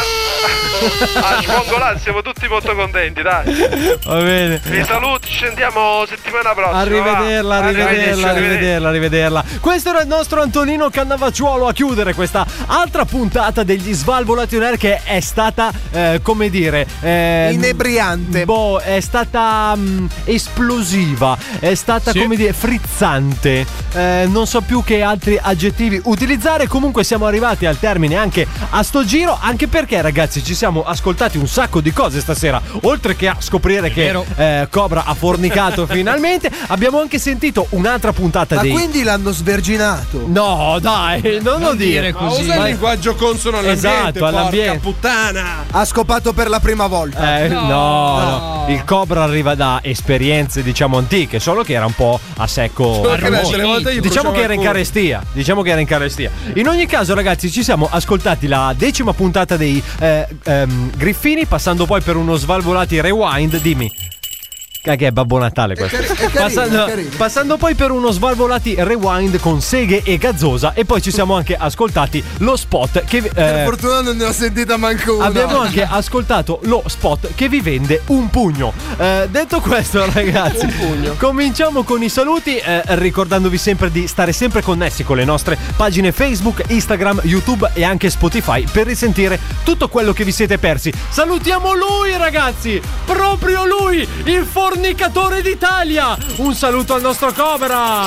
Ah, spongolato, siamo tutti molto contenti, dai. Va bene. Vi saluto, ci sentiamo settimana prossima. Arrivederla, va? arrivederla, Arrivederci, arrivederla, arrivederla. Questo era il nostro Antonino Cannavacciuolo a chiudere questa altra puntata degli Svalvolati On Air che è stata, eh, come dire, eh, Inebriante. Boh, è stata mm, esplosiva, è stata, Sì. come dire, frizzante. Eh, non so più che altri aggettivi utilizzare. Comunque siamo arrivati al termine anche a sto giro, anche perché, ragazzi, ci siamo ascoltati un sacco di cose stasera. Oltre che a scoprire che vero. eh, Cobra ha fornicato finalmente, abbiamo anche sentito un'altra puntata Ma dei. quindi l'hanno sverginato? No, dai, non, lo dire dire Ma così. usa il Ma- linguaggio consono all'ambiente, Esatto, porca all'ambiente. puttana. Ha scopato per la prima volta. Eh, no, No. no, il Cobra arriva da esperienze, diciamo, antiche, solo che era un po' a secco. Solo che armoso. delle volte gli Diciamo bruciava che era il in culo. carestia. Diciamo che era in carestia. In ogni caso, ragazzi, ci siamo ascoltati la decima puntata dei eh, ehm, Griffini, passando poi per uno Svalvolati Rewind. Dimmi. che è Babbo Natale questo. È cari- è carino, passando, è carino. passando poi per uno Svalvolati rewind con seghe e gazzosa. E poi ci siamo anche ascoltati lo spot che eh, Per fortuna non ne ho sentita manco una. abbiamo anche ascoltato lo spot che vi vende un pugno. Eh, detto questo, ragazzi, Un pugno. cominciamo con i saluti, eh, ricordandovi sempre di stare sempre connessi con le nostre pagine Facebook, Instagram, YouTube e anche Spotify per risentire tutto quello che vi siete persi. Salutiamo lui, ragazzi, proprio lui, il fornicatore d'Italia. Un saluto al nostro Cobra.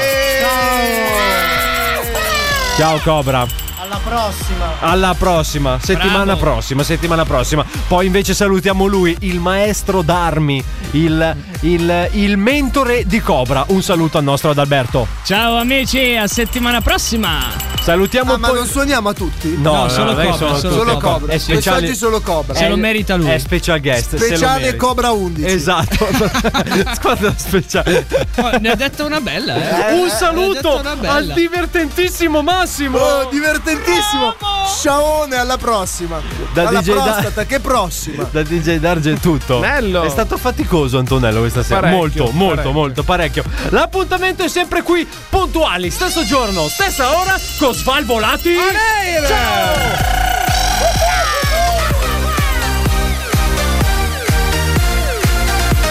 Ciao. Ciao Cobra. Alla prossima. Alla prossima, settimana Bravo. prossima, settimana prossima. Poi invece salutiamo lui, il maestro d'armi, il, il, il mentore di Cobra. Un saluto al nostro Adalberto. Ciao amici, a settimana prossima. Salutiamo Ah, ma poi- non suoniamo a tutti? No, no, solo non è che Cobra, sono solo tutti. Solo Cobra. È speciale- Quest'oggi solo Cobra. Se lo merita lui. È special guest. se lo Speciale merita. Cobra undici. Esatto. Squadra speciale. Oh, ne ha detto una bella, eh. Un Ne ha detto saluto una bella. al divertentissimo Massimo. Oh, divertentissimo. Ciaone, alla prossima. Da alla D J Da- prostata, che prossima. Da D J Darge è tutto. Bello. È stato faticoso Antonello questa sera. Parecchio, molto, molto, parecchio. molto, parecchio. L'appuntamento è sempre qui, puntuali, stesso giorno, stessa ora, con Svalvolati. Ciao!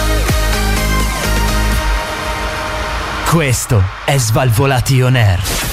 Questo è Svalvolati On Air.